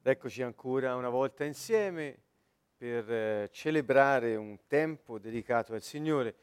Eccoci ancora una volta insieme per celebrare un tempo dedicato al Signore.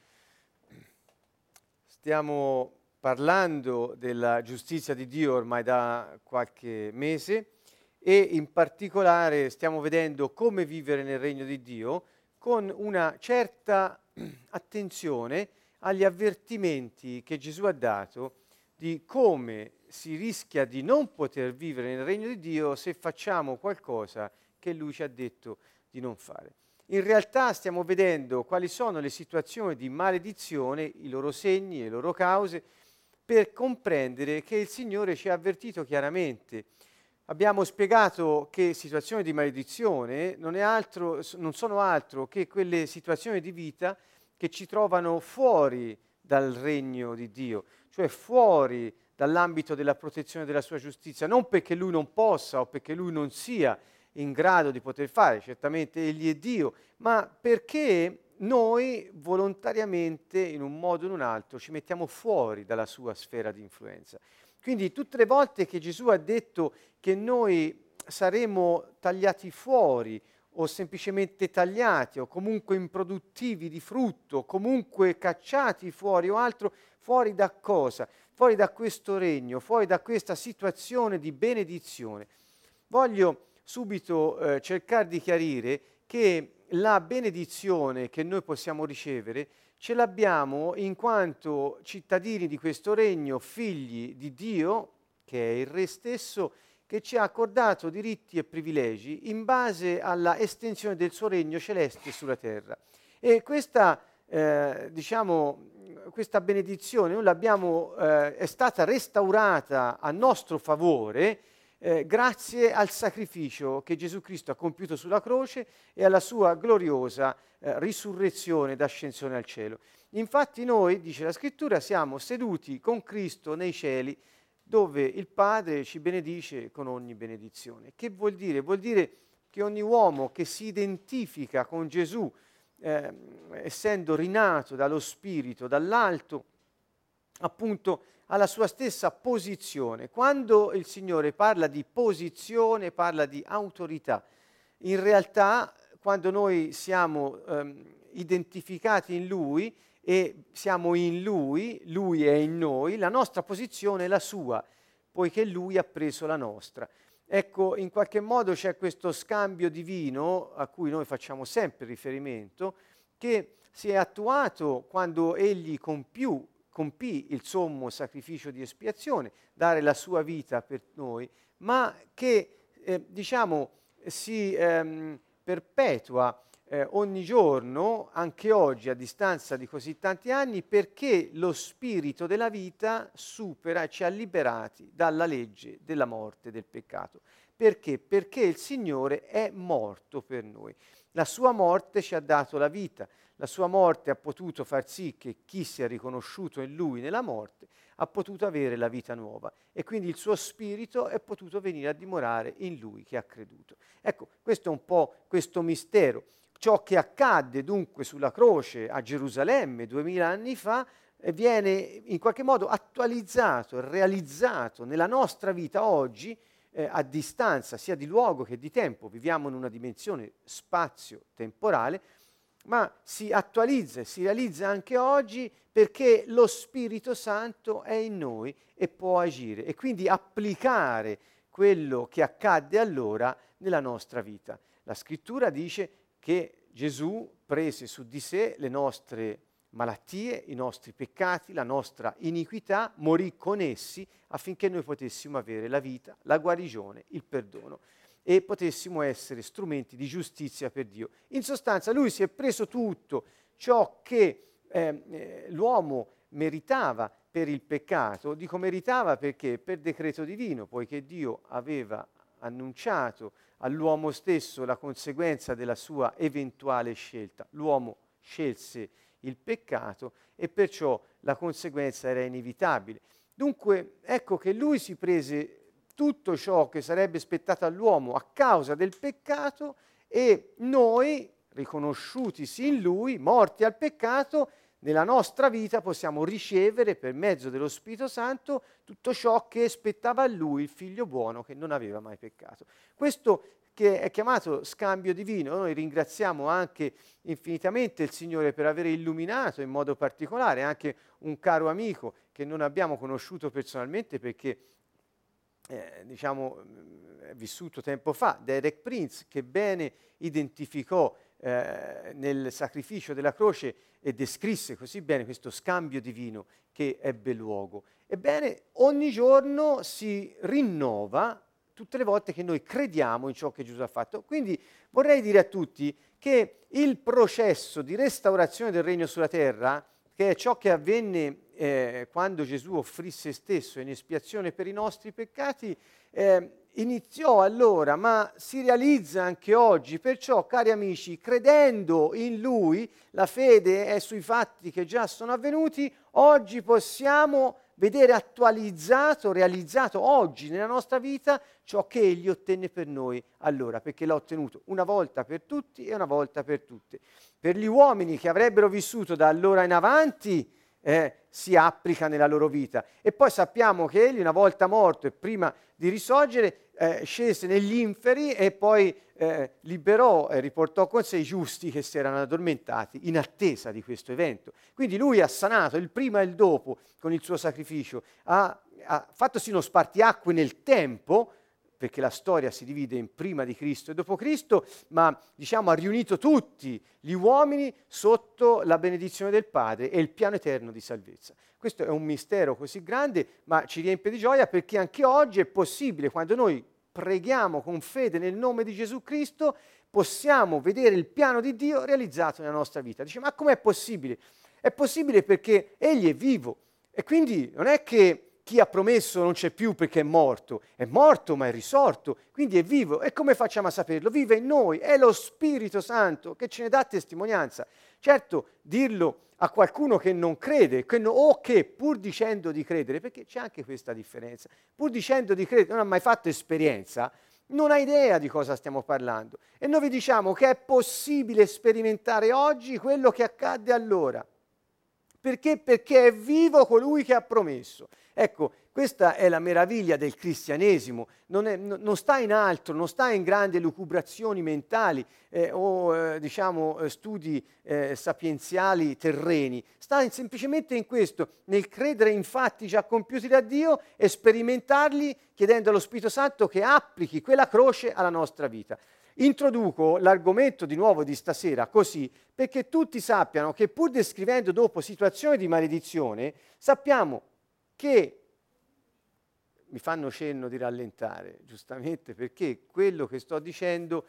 Stiamo parlando della giustizia di Dio ormai da qualche mese e in particolare stiamo vedendo come vivere nel regno di Dio con una certa attenzione agli avvertimenti che Gesù ha dato di come si rischia di non poter vivere nel regno di Dio se facciamo qualcosa che Lui ci ha detto di non fare. In realtà stiamo vedendo quali sono le situazioni di maledizione, i loro segni, le loro cause, per comprendere che il Signore ci ha avvertito chiaramente. Abbiamo spiegato che situazioni di maledizione non sono altro che quelle situazioni di vita che ci trovano fuori dal regno di Dio, cioè fuori dall'ambito della protezione della sua giustizia, non perché Lui non possa o perché Lui non sia in grado di poter fare, certamente Egli è Dio, ma perché noi volontariamente, in un modo o in un altro, ci mettiamo fuori dalla sua sfera di influenza. Quindi tutte le volte che Gesù ha detto che noi saremo tagliati fuori o semplicemente tagliati o comunque improduttivi di frutto, comunque cacciati fuori o altro, fuori da cosa? Fuori da questo regno, fuori da questa situazione di benedizione. Voglio subito cercare di chiarire che la benedizione che noi possiamo ricevere ce l'abbiamo in quanto cittadini di questo regno, figli di Dio, che è il Re stesso, che ci ha accordato diritti e privilegi in base alla estensione del suo regno celeste sulla terra. E questa, questa benedizione noi è stata restaurata a nostro favore grazie al sacrificio che Gesù Cristo ha compiuto sulla croce e alla sua gloriosa risurrezione ed ascensione al cielo. Infatti noi, dice la Scrittura, siamo seduti con Cristo nei cieli, dove il Padre ci benedice con ogni benedizione. Che vuol dire? Vuol dire che ogni uomo che si identifica con Gesù, essendo rinato dallo Spirito, dall'alto, appunto ha la sua stessa posizione. Quando il Signore parla di posizione, parla di autorità. In realtà, quando noi siamo identificati in Lui e siamo in Lui è in noi, la nostra posizione è la sua, poiché Lui ha preso la nostra. Ecco, in qualche modo c'è questo scambio divino a cui noi facciamo sempre riferimento, che si è attuato quando Egli compì il sommo sacrificio di espiazione, dare la sua vita per noi, ma che si perpetua ogni giorno, anche oggi a distanza di così tanti anni, perché lo spirito della vita supera e ci ha liberati dalla legge della morte e del peccato. Perché? Perché il Signore è morto per noi. La sua morte ci ha dato la vita. La sua morte ha potuto far sì che chi si è riconosciuto in Lui nella morte ha potuto avere la vita nuova e quindi il suo spirito è potuto venire a dimorare in Lui che ha creduto. Ecco, questo è un po' questo mistero. Ciò che accadde dunque sulla croce a Gerusalemme 2000 anni fa viene in qualche modo attualizzato, realizzato nella nostra vita oggi a distanza sia di luogo che di tempo. Viviamo in una dimensione spazio-temporale, ma si attualizza e si realizza anche oggi perché lo Spirito Santo è in noi e può agire e quindi applicare quello che accadde allora nella nostra vita. La Scrittura dice che Gesù prese su di sé le nostre malattie, i nostri peccati, la nostra iniquità, morì con essi affinché noi potessimo avere la vita, la guarigione, il perdono e potessimo essere strumenti di giustizia per Dio. In sostanza Lui si è preso tutto ciò che l'uomo meritava per il peccato. Dico meritava perché per decreto divino, poiché Dio aveva annunciato all'uomo stesso la conseguenza della sua eventuale scelta. L'uomo scelse il peccato e perciò la conseguenza era inevitabile. Dunque ecco che Lui si prese tutto ciò che sarebbe spettato all'uomo a causa del peccato e noi, riconosciutisi in Lui, morti al peccato, nella nostra vita possiamo ricevere per mezzo dello Spirito Santo tutto ciò che spettava a Lui, il Figlio buono che non aveva mai peccato. Questo che è chiamato scambio divino, noi ringraziamo anche infinitamente il Signore per aver illuminato in modo particolare anche un caro amico che non abbiamo conosciuto personalmente perché è vissuto tempo fa, Derek Prince, che bene identificò nel sacrificio della croce e descrisse così bene questo scambio divino che ebbe luogo. Ebbene, ogni giorno si rinnova tutte le volte che noi crediamo in ciò che Gesù ha fatto. Quindi vorrei dire a tutti che il processo di restaurazione del regno sulla terra, che è ciò che avvenne quando Gesù offrì se stesso in espiazione per i nostri peccati, iniziò allora, ma si realizza anche oggi. Perciò, cari amici, credendo in Lui, la fede è sui fatti che già sono avvenuti, oggi possiamo vedere attualizzato, realizzato oggi nella nostra vita ciò che Egli ottenne per noi allora, perché l'ha ottenuto una volta per tutti e una volta per tutte. Per gli uomini che avrebbero vissuto da allora in avanti, si applica nella loro vita. E poi sappiamo che Egli, una volta morto e prima di risorgere, scese negli inferi e poi liberò e riportò con sé i giusti che si erano addormentati in attesa di questo evento. Quindi Lui ha sanato il prima e il dopo con il suo sacrificio, ha fattosi uno spartiacque nel tempo, perché la storia si divide in prima di Cristo e dopo Cristo, ma ha riunito tutti gli uomini sotto la benedizione del Padre e il piano eterno di salvezza. Questo è un mistero così grande, ma ci riempie di gioia perché anche oggi è possibile, quando noi preghiamo con fede nel nome di Gesù Cristo, possiamo vedere il piano di Dio realizzato nella nostra vita. Dice, ma com'è possibile? È possibile perché Egli è vivo e quindi non è che chi ha promesso non c'è più perché è morto ma è risorto, quindi è vivo. E come facciamo a saperlo? Vive in noi, è lo Spirito Santo che ce ne dà testimonianza. Certo, dirlo a qualcuno che non crede, o che pur dicendo di credere, perché c'è anche questa differenza, pur dicendo di credere, non ha mai fatto esperienza, non ha idea di cosa stiamo parlando. E noi vi diciamo che è possibile sperimentare oggi quello che accadde allora. Perché? Perché è vivo colui che ha promesso. Ecco, questa è la meraviglia del cristianesimo, non sta in altro, non sta in grandi lucubrazioni mentali studi sapienziali terreni, sta semplicemente in questo, nel credere in fatti già compiuti da Dio e sperimentarli chiedendo allo Spirito Santo che applichi quella croce alla nostra vita. Introduco l'argomento di nuovo di stasera così perché tutti sappiano che pur descrivendo dopo situazioni di maledizione, sappiamo che mi fanno cenno di rallentare, giustamente, perché quello che sto dicendo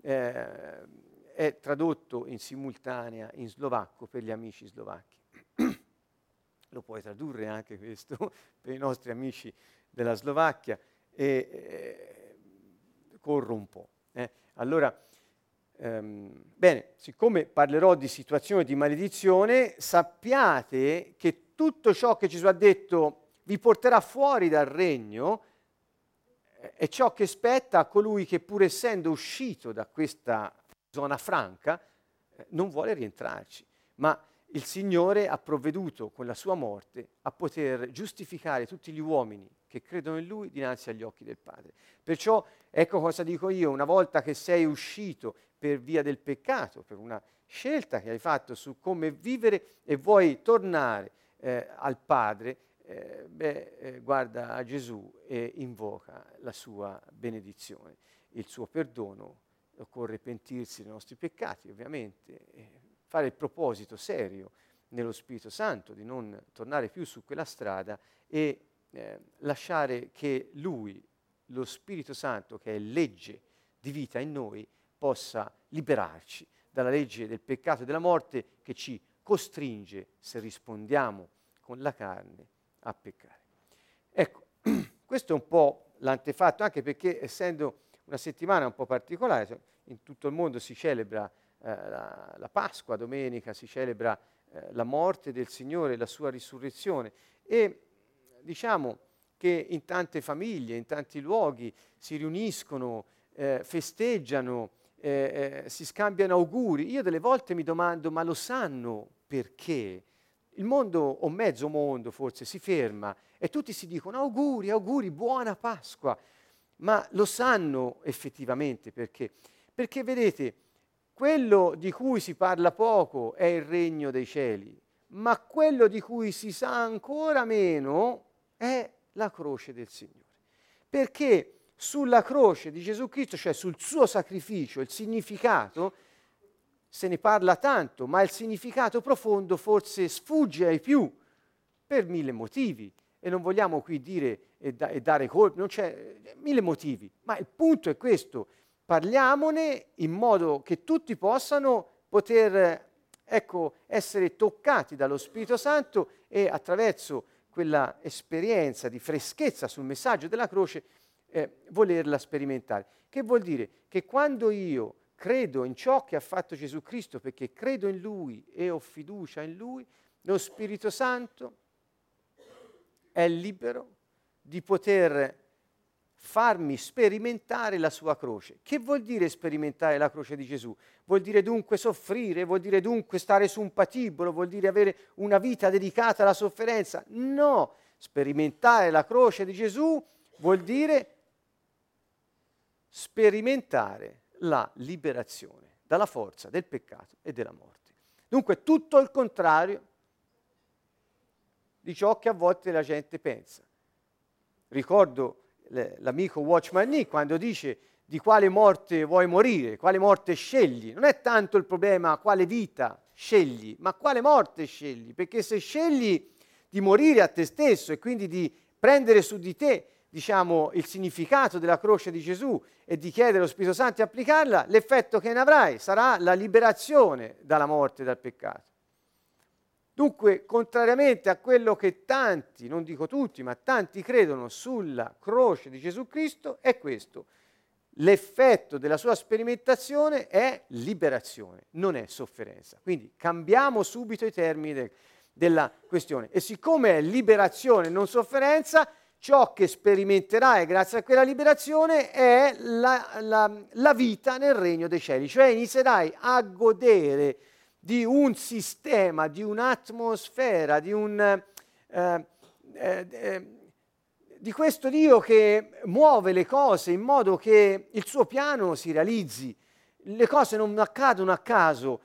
è tradotto in simultanea in slovacco per gli amici slovacchi. Lo puoi tradurre anche questo per i nostri amici della Slovacchia e corro un po'. Allora, bene, siccome parlerò di situazioni di maledizione, sappiate che tutto ciò che Gesù ha detto vi porterà fuori dal regno è ciò che spetta a colui che pur essendo uscito da questa zona franca non vuole rientrarci, ma il Signore ha provveduto con la sua morte a poter giustificare tutti gli uomini che credono in Lui dinanzi agli occhi del Padre. Perciò ecco cosa dico io, una volta che sei uscito per via del peccato, per una scelta che hai fatto su come vivere e vuoi tornare al Padre, guarda a Gesù e invoca la sua benedizione, il suo perdono. Occorre pentirsi dei nostri peccati, ovviamente, fare il proposito serio nello Spirito Santo di non tornare più su quella strada e lasciare che Lui, lo Spirito Santo, che è legge di vita in noi, possa liberarci dalla legge del peccato e della morte che ci costringe, se rispondiamo con la carne, a peccare. Ecco, questo è un po' l'antefatto, anche perché essendo una settimana un po' particolare, in tutto il mondo si celebra la Pasqua, domenica si celebra la morte del Signore, la sua risurrezione e diciamo che in tante famiglie, in tanti luoghi si riuniscono, festeggiano, si scambiano auguri. Io delle volte mi domando, ma lo sanno perché il mondo, o mezzo mondo forse, si ferma e tutti si dicono auguri, auguri, buona Pasqua. Ma lo sanno effettivamente perché? Perché vedete, quello di cui si parla poco è il regno dei cieli, ma quello di cui si sa ancora meno è la croce del Signore. Perché sulla croce di Gesù Cristo, cioè sul suo sacrificio, il significato, se ne parla tanto, ma il significato profondo forse sfugge ai più per mille motivi. E non vogliamo qui dire e dare colpe, non c'è mille motivi, ma il punto è questo: parliamone in modo che tutti possano poter essere toccati dallo Spirito Santo e attraverso quella esperienza di freschezza sul messaggio della croce volerla sperimentare. Che vuol dire? Che quando io credo in ciò che ha fatto Gesù Cristo, perché credo in Lui e ho fiducia in Lui, lo Spirito Santo è libero di poter farmi sperimentare la sua croce. Che vuol dire sperimentare la croce di Gesù? Vuol dire dunque soffrire, vuol dire dunque stare su un patibolo, vuol dire avere una vita dedicata alla sofferenza? No, sperimentare la croce di Gesù vuol dire sperimentare la liberazione dalla forza del peccato e della morte. Dunque tutto il contrario di ciò che a volte la gente pensa. Ricordo l'amico Watchman Nee quando dice: di quale morte vuoi morire, quale morte scegli? Non è tanto il problema quale vita scegli, ma quale morte scegli, perché se scegli di morire a te stesso e quindi di prendere su di te, diciamo, il significato della croce di Gesù e di chiedere allo Spirito Santo di applicarla, l'effetto che ne avrai sarà la liberazione dalla morte e dal peccato. Dunque, contrariamente a quello che tanti, non dico tutti, ma tanti credono sulla croce di Gesù Cristo, è questo: l'effetto della sua sperimentazione è liberazione, non è sofferenza. Quindi cambiamo subito i termini della questione. E siccome è liberazione, non sofferenza, ciò che sperimenterai grazie a quella liberazione è la vita nel regno dei cieli, cioè inizierai a godere di un sistema, di un'atmosfera, di questo Dio che muove le cose in modo che il suo piano si realizzi. Le cose non accadono a caso.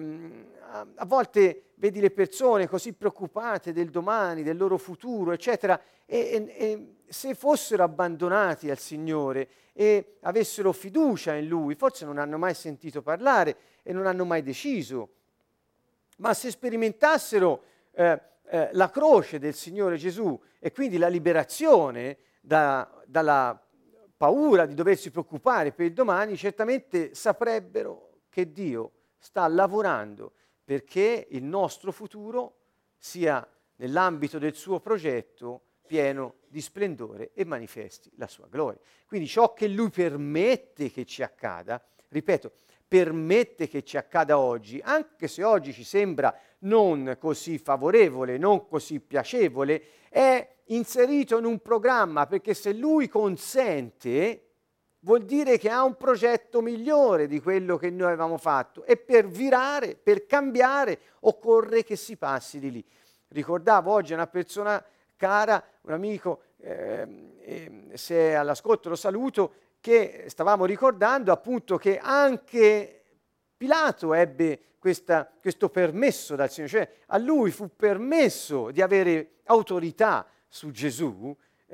A volte vedi le persone così preoccupate del domani, del loro futuro, eccetera, e se fossero abbandonati al Signore e avessero fiducia in Lui, forse non hanno mai sentito parlare e non hanno mai deciso. Ma se sperimentassero la croce del Signore Gesù e quindi la liberazione dalla paura di doversi preoccupare per il domani, certamente saprebbero che Dio sta lavorando perché il nostro futuro sia nell'ambito del suo progetto pieno di splendore e manifesti la sua gloria. Quindi ciò che Lui permette che ci accada, ripeto, permette che ci accada oggi, anche se oggi ci sembra non così favorevole, non così piacevole, è inserito in un programma, perché se Lui consente vuol dire che ha un progetto migliore di quello che noi avevamo fatto e per virare, per cambiare, occorre che si passi di lì. Ricordavo oggi una persona cara, un amico, se è all'ascolto lo saluto, che stavamo ricordando appunto che anche Pilato ebbe questo permesso dal Signore, cioè a lui fu permesso di avere autorità su Gesù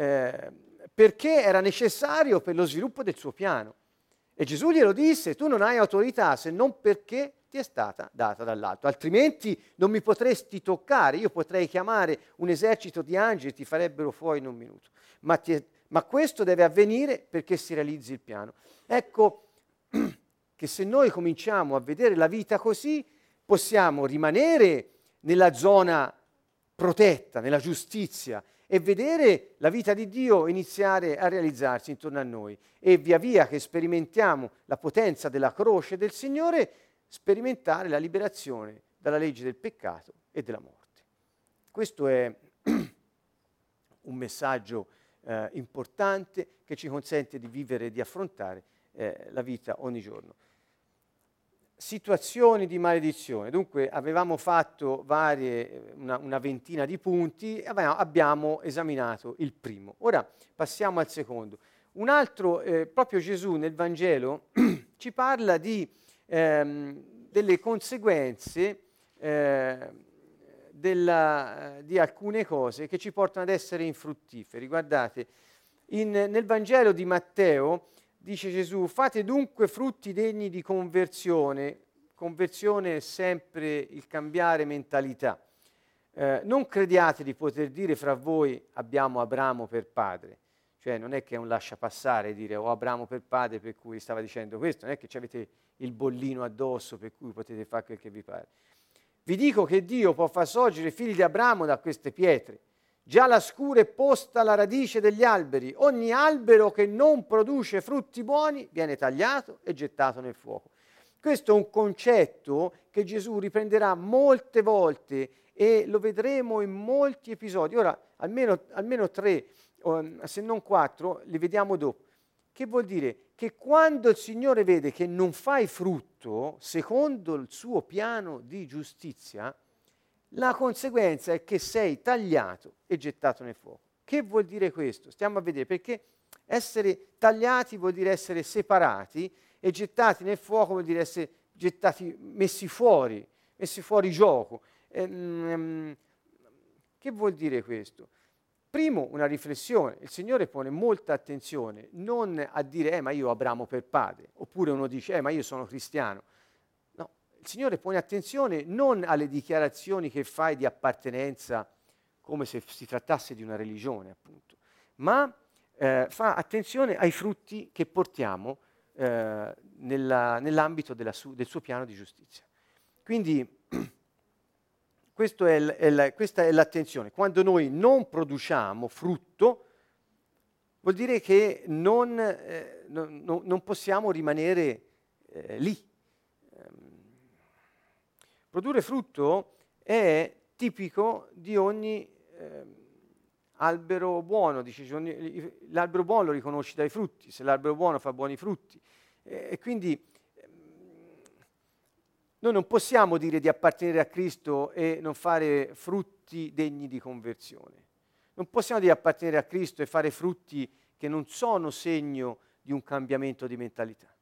perché era necessario per lo sviluppo del suo piano. E Gesù glielo disse: tu non hai autorità se non perché ti è stata data dall'alto, altrimenti non mi potresti toccare, io potrei chiamare un esercito di angeli e ti farebbero fuori in un minuto, ma questo deve avvenire perché si realizzi il piano. Ecco che se noi cominciamo a vedere la vita così, possiamo rimanere nella zona protetta, nella giustizia, e vedere la vita di Dio iniziare a realizzarsi intorno a noi. E via via che sperimentiamo la potenza della croce del Signore, sperimentare la liberazione dalla legge del peccato e della morte. Questo è un messaggio importante che ci consente di vivere e di affrontare la vita ogni giorno. situazioni di maledizione. Dunque avevamo fatto una ventina di punti e abbiamo esaminato il primo. Ora passiamo al secondo. Un altro, proprio Gesù nel Vangelo ci parla delle conseguenze di alcune cose che ci portano ad essere infruttiferi. Guardate, nel Vangelo di Matteo dice Gesù: fate dunque frutti degni di conversione. Conversione è sempre il cambiare mentalità. Non crediate di poter dire fra voi abbiamo Abramo per padre. Cioè non è che è un lasciapassare dire ho Abramo per padre per cui stava dicendo questo, non è che avete il bollino addosso per cui potete fare quel che vi pare. Vi dico che Dio può far sorgere figli di Abramo da queste pietre. Già la scura è posta alla radice degli alberi. Ogni albero che non produce frutti buoni viene tagliato e gettato nel fuoco. Questo è un concetto che Gesù riprenderà molte volte e lo vedremo in molti episodi. Ora, almeno 3, se non 4, li vediamo dopo. Che vuol dire? Che quando il Signore vede che non fai frutto, secondo il suo piano di giustizia, la conseguenza è che sei tagliato e gettato nel fuoco. Che vuol dire questo? Stiamo a vedere, perché essere tagliati vuol dire essere separati e gettati nel fuoco vuol dire essere gettati, messi fuori gioco. Che vuol dire questo? Primo, una riflessione. Il Signore pone molta attenzione non a dire ma io ho Abramo per padre, oppure uno dice ma io sono cristiano. No, il Signore pone attenzione non alle dichiarazioni che fai di appartenenza come se si trattasse di una religione, appunto, ma fa attenzione ai frutti che portiamo nell'ambito del suo piano di giustizia. Quindi questa è l'attenzione. Quando noi non produciamo frutto, vuol dire che non possiamo rimanere lì. Produrre frutto è tipico di ogni albero buono. Dice, l'albero buono lo riconosci dai frutti, se l'albero buono fa buoni frutti. E quindi noi non possiamo dire di appartenere a Cristo e non fare frutti degni di conversione. Non possiamo dire di appartenere a Cristo e fare frutti che non sono segno di un cambiamento di mentalità.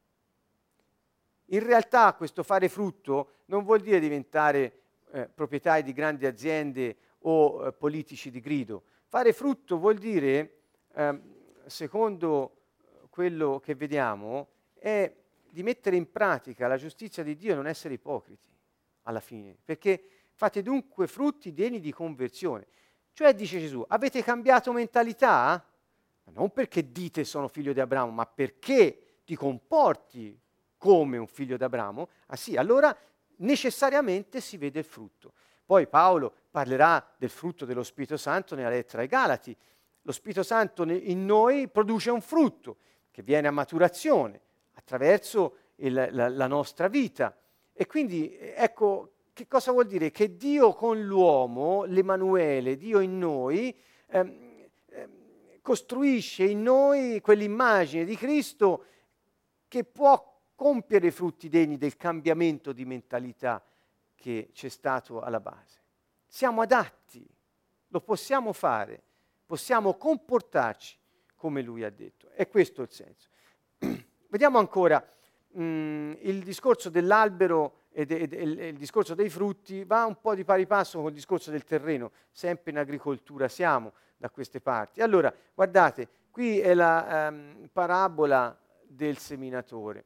In realtà questo fare frutto non vuol dire diventare proprietari di grandi aziende o politici di grido. Fare frutto vuol dire, secondo quello che vediamo, è di mettere in pratica la giustizia di Dio e non essere ipocriti alla fine, perché fate dunque frutti degni di conversione. Cioè, dice Gesù, avete cambiato mentalità? Non perché dite sono figlio di Abramo, ma perché ti comporti come un figlio di Abramo? Ah sì, allora necessariamente si vede il frutto. Poi Paolo parlerà del frutto dello Spirito Santo nella lettera ai Galati. Lo Spirito Santo in noi produce un frutto che viene a maturazione attraverso la nostra vita. E quindi ecco che cosa vuol dire? Che Dio con l'uomo, l'Emanuele, Dio in noi, costruisce in noi quell'immagine di Cristo che può compiere frutti degni del cambiamento di mentalità che c'è stato alla base. Siamo adatti, lo possiamo fare, possiamo comportarci come Lui ha detto. È questo il senso. Vediamo ancora il discorso dell'albero e il discorso dei frutti va un po' di pari passo con il discorso del terreno, sempre in agricoltura siamo da queste parti. Allora, guardate, qui è la parabola del seminatore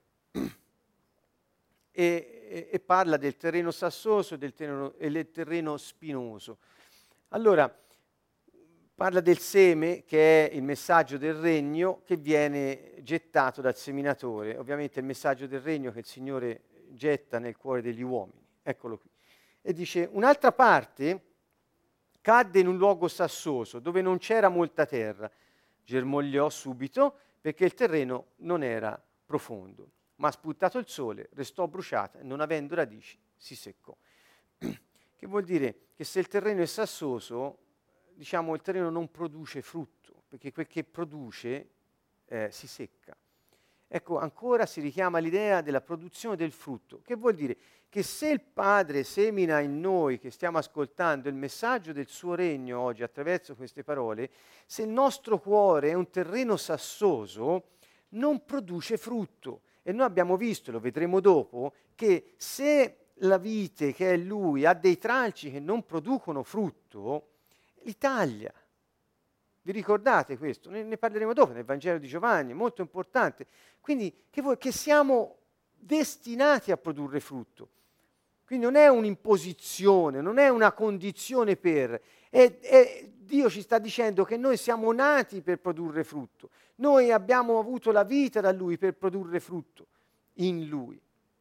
e parla del terreno sassoso e del terreno spinoso. Allora, parla del seme, che è il messaggio del regno che viene gettato dal seminatore. Ovviamente il messaggio del regno che il Signore getta nel cuore degli uomini. Eccolo qui. E dice, un'altra parte cadde in un luogo sassoso, dove non c'era molta terra. Germogliò subito, perché il terreno non era profondo. Ma sputtato il sole, restò bruciata e non avendo radici si seccò. Che vuol dire? Che se il terreno è sassoso, diciamo, il terreno non produce frutto, perché quel che produce si secca. Ecco, ancora si richiama l'idea della produzione del frutto, che vuol dire che se il Padre semina in noi, che stiamo ascoltando il messaggio del suo regno oggi attraverso queste parole, se il nostro cuore è un terreno sassoso, non produce frutto. E noi abbiamo visto, lo vedremo dopo, che se la vite, che è Lui, ha dei tralci che non producono frutto, li taglia. Vi ricordate questo? Ne parleremo dopo, nel Vangelo di Giovanni, è molto importante. Quindi che siamo destinati a produrre frutto. Quindi non è un'imposizione, non è una condizione per. Dio ci sta dicendo che noi siamo nati per produrre frutto. Noi abbiamo avuto la vita da Lui per produrre frutto in Lui.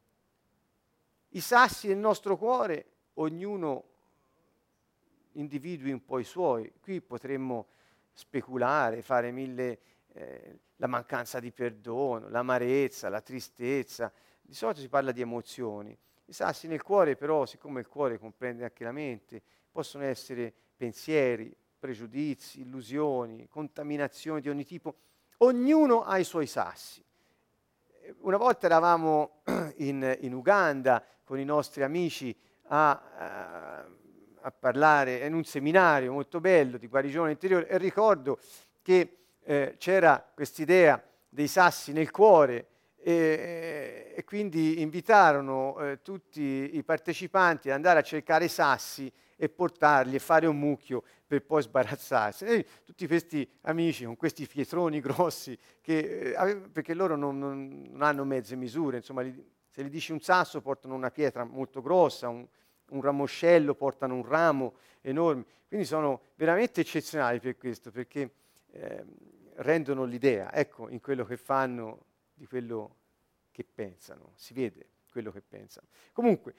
I sassi del nostro cuore, ognuno individui un po' i suoi. Qui potremmo speculare, fare mille, la mancanza di perdono, l'amarezza, la tristezza. Di solito si parla di emozioni. I sassi nel cuore però, siccome il cuore comprende anche la mente, possono essere pensieri, pregiudizi, illusioni, contaminazioni di ogni tipo. Ognuno ha i suoi sassi. Una volta eravamo in Uganda con i nostri amici a parlare in un seminario molto bello di guarigione interiore e ricordo che c'era quest'idea dei sassi nel cuore e quindi invitarono tutti i partecipanti ad andare a cercare i sassi e portarli e fare un mucchio per poi sbarazzarsi. E tutti questi amici con questi pietroni grossi, perché loro non hanno mezze misure, insomma, se gli dici un sasso portano una pietra molto grossa, un ramoscello portano un ramo enorme, quindi sono veramente eccezionali per questo, perché rendono l'idea, ecco, in quello che fanno, di quello che pensano, si vede quello che pensano. Comunque,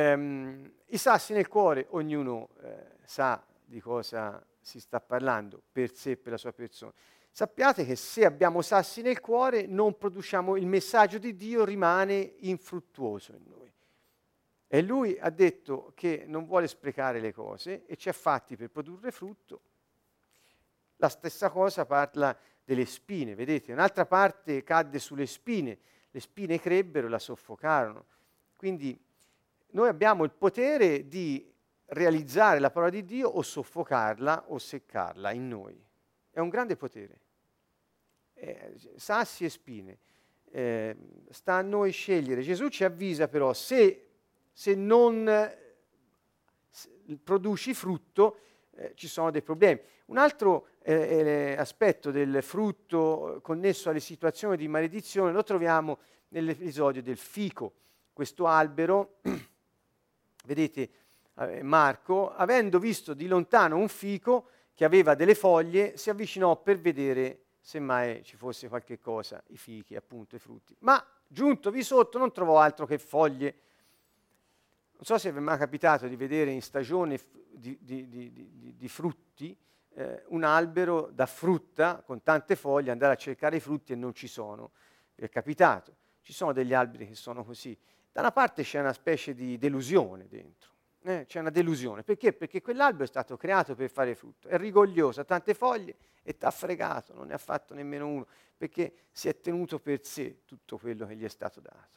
i sassi nel cuore, ognuno sa di cosa si sta parlando per sé, per la sua persona. Sappiate che se abbiamo sassi nel cuore non produciamo, il messaggio di Dio rimane infruttuoso in noi. E Lui ha detto che non vuole sprecare le cose e ci ha fatti per produrre frutto. La stessa cosa parla delle spine, vedete? Un'altra parte cadde sulle spine, le spine crebbero e la soffocarono. Quindi noi abbiamo il potere di realizzare la parola di Dio o soffocarla o seccarla in noi. È un grande potere. Sassi e spine. Sta a noi scegliere. Gesù ci avvisa però, se non produci frutto, ci sono dei problemi. Un altro aspetto del frutto connesso alle situazioni di maledizione lo troviamo nell'episodio del fico. Questo albero, vedete, Marco, avendo visto di lontano un fico che aveva delle foglie, si avvicinò per vedere se mai ci fosse qualche cosa, i fichi, appunto, i frutti. Ma giuntovi sotto non trovò altro che foglie. Non so se vi è mai capitato di vedere in stagione di frutti un albero da frutta con tante foglie, andare a cercare i frutti e non ci sono. Vi è capitato? Ci sono degli alberi che sono così. Da una parte c'è una specie di delusione dentro. C'è una delusione. Perché? Perché quell'albero è stato creato per fare frutto. È rigoglioso, ha tante foglie e t'ha fregato, non ne ha fatto nemmeno uno, perché si è tenuto per sé tutto quello che gli è stato dato.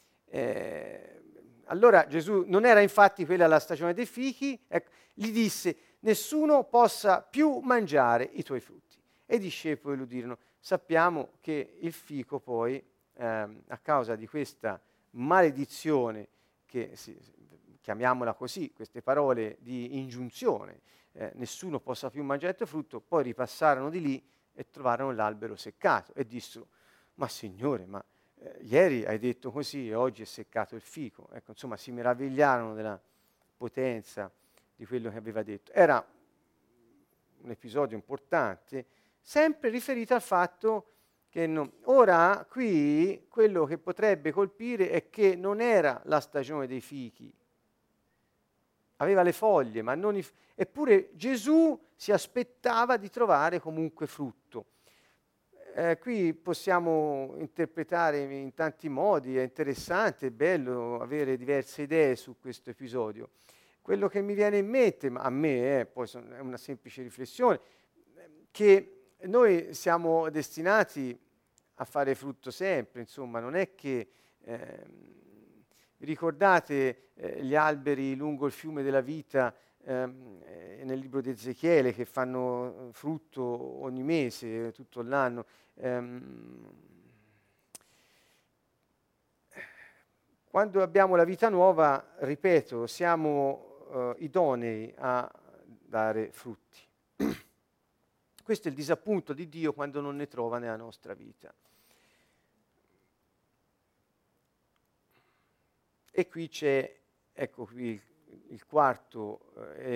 Allora Gesù non era infatti quella la stagione dei fichi, ecco, gli disse: nessuno possa più mangiare i tuoi frutti. E i discepoli lo udirono. Sappiamo che il fico poi, a causa di questa maledizione, chiamiamola così, queste parole di ingiunzione, nessuno possa più mangiare il tuo frutto, poi ripassarono di lì e trovarono l'albero seccato e dissero: ma Signore, ma ieri hai detto così e oggi è seccato il fico. Ecco, insomma, si meravigliarono della potenza di quello che aveva detto. Era un episodio importante, sempre riferito al fatto che ora qui quello che potrebbe colpire è che non era la stagione dei fichi. Aveva le foglie, ma non eppure Gesù si aspettava di trovare comunque frutto. Qui possiamo interpretare in tanti modi, è interessante, è bello avere diverse idee su questo episodio. Quello che mi viene in mente, ma a me poi è una semplice riflessione, che noi siamo destinati a fare frutto sempre, insomma, non è che... ricordate gli alberi lungo il fiume della vita nel libro di Ezechiele che fanno frutto ogni mese, tutto l'anno? Quando abbiamo la vita nuova, ripeto, siamo idonei a dare frutti. Questo è il disappunto di Dio quando non ne trova nella nostra vita. E qui c'è, ecco qui il quarto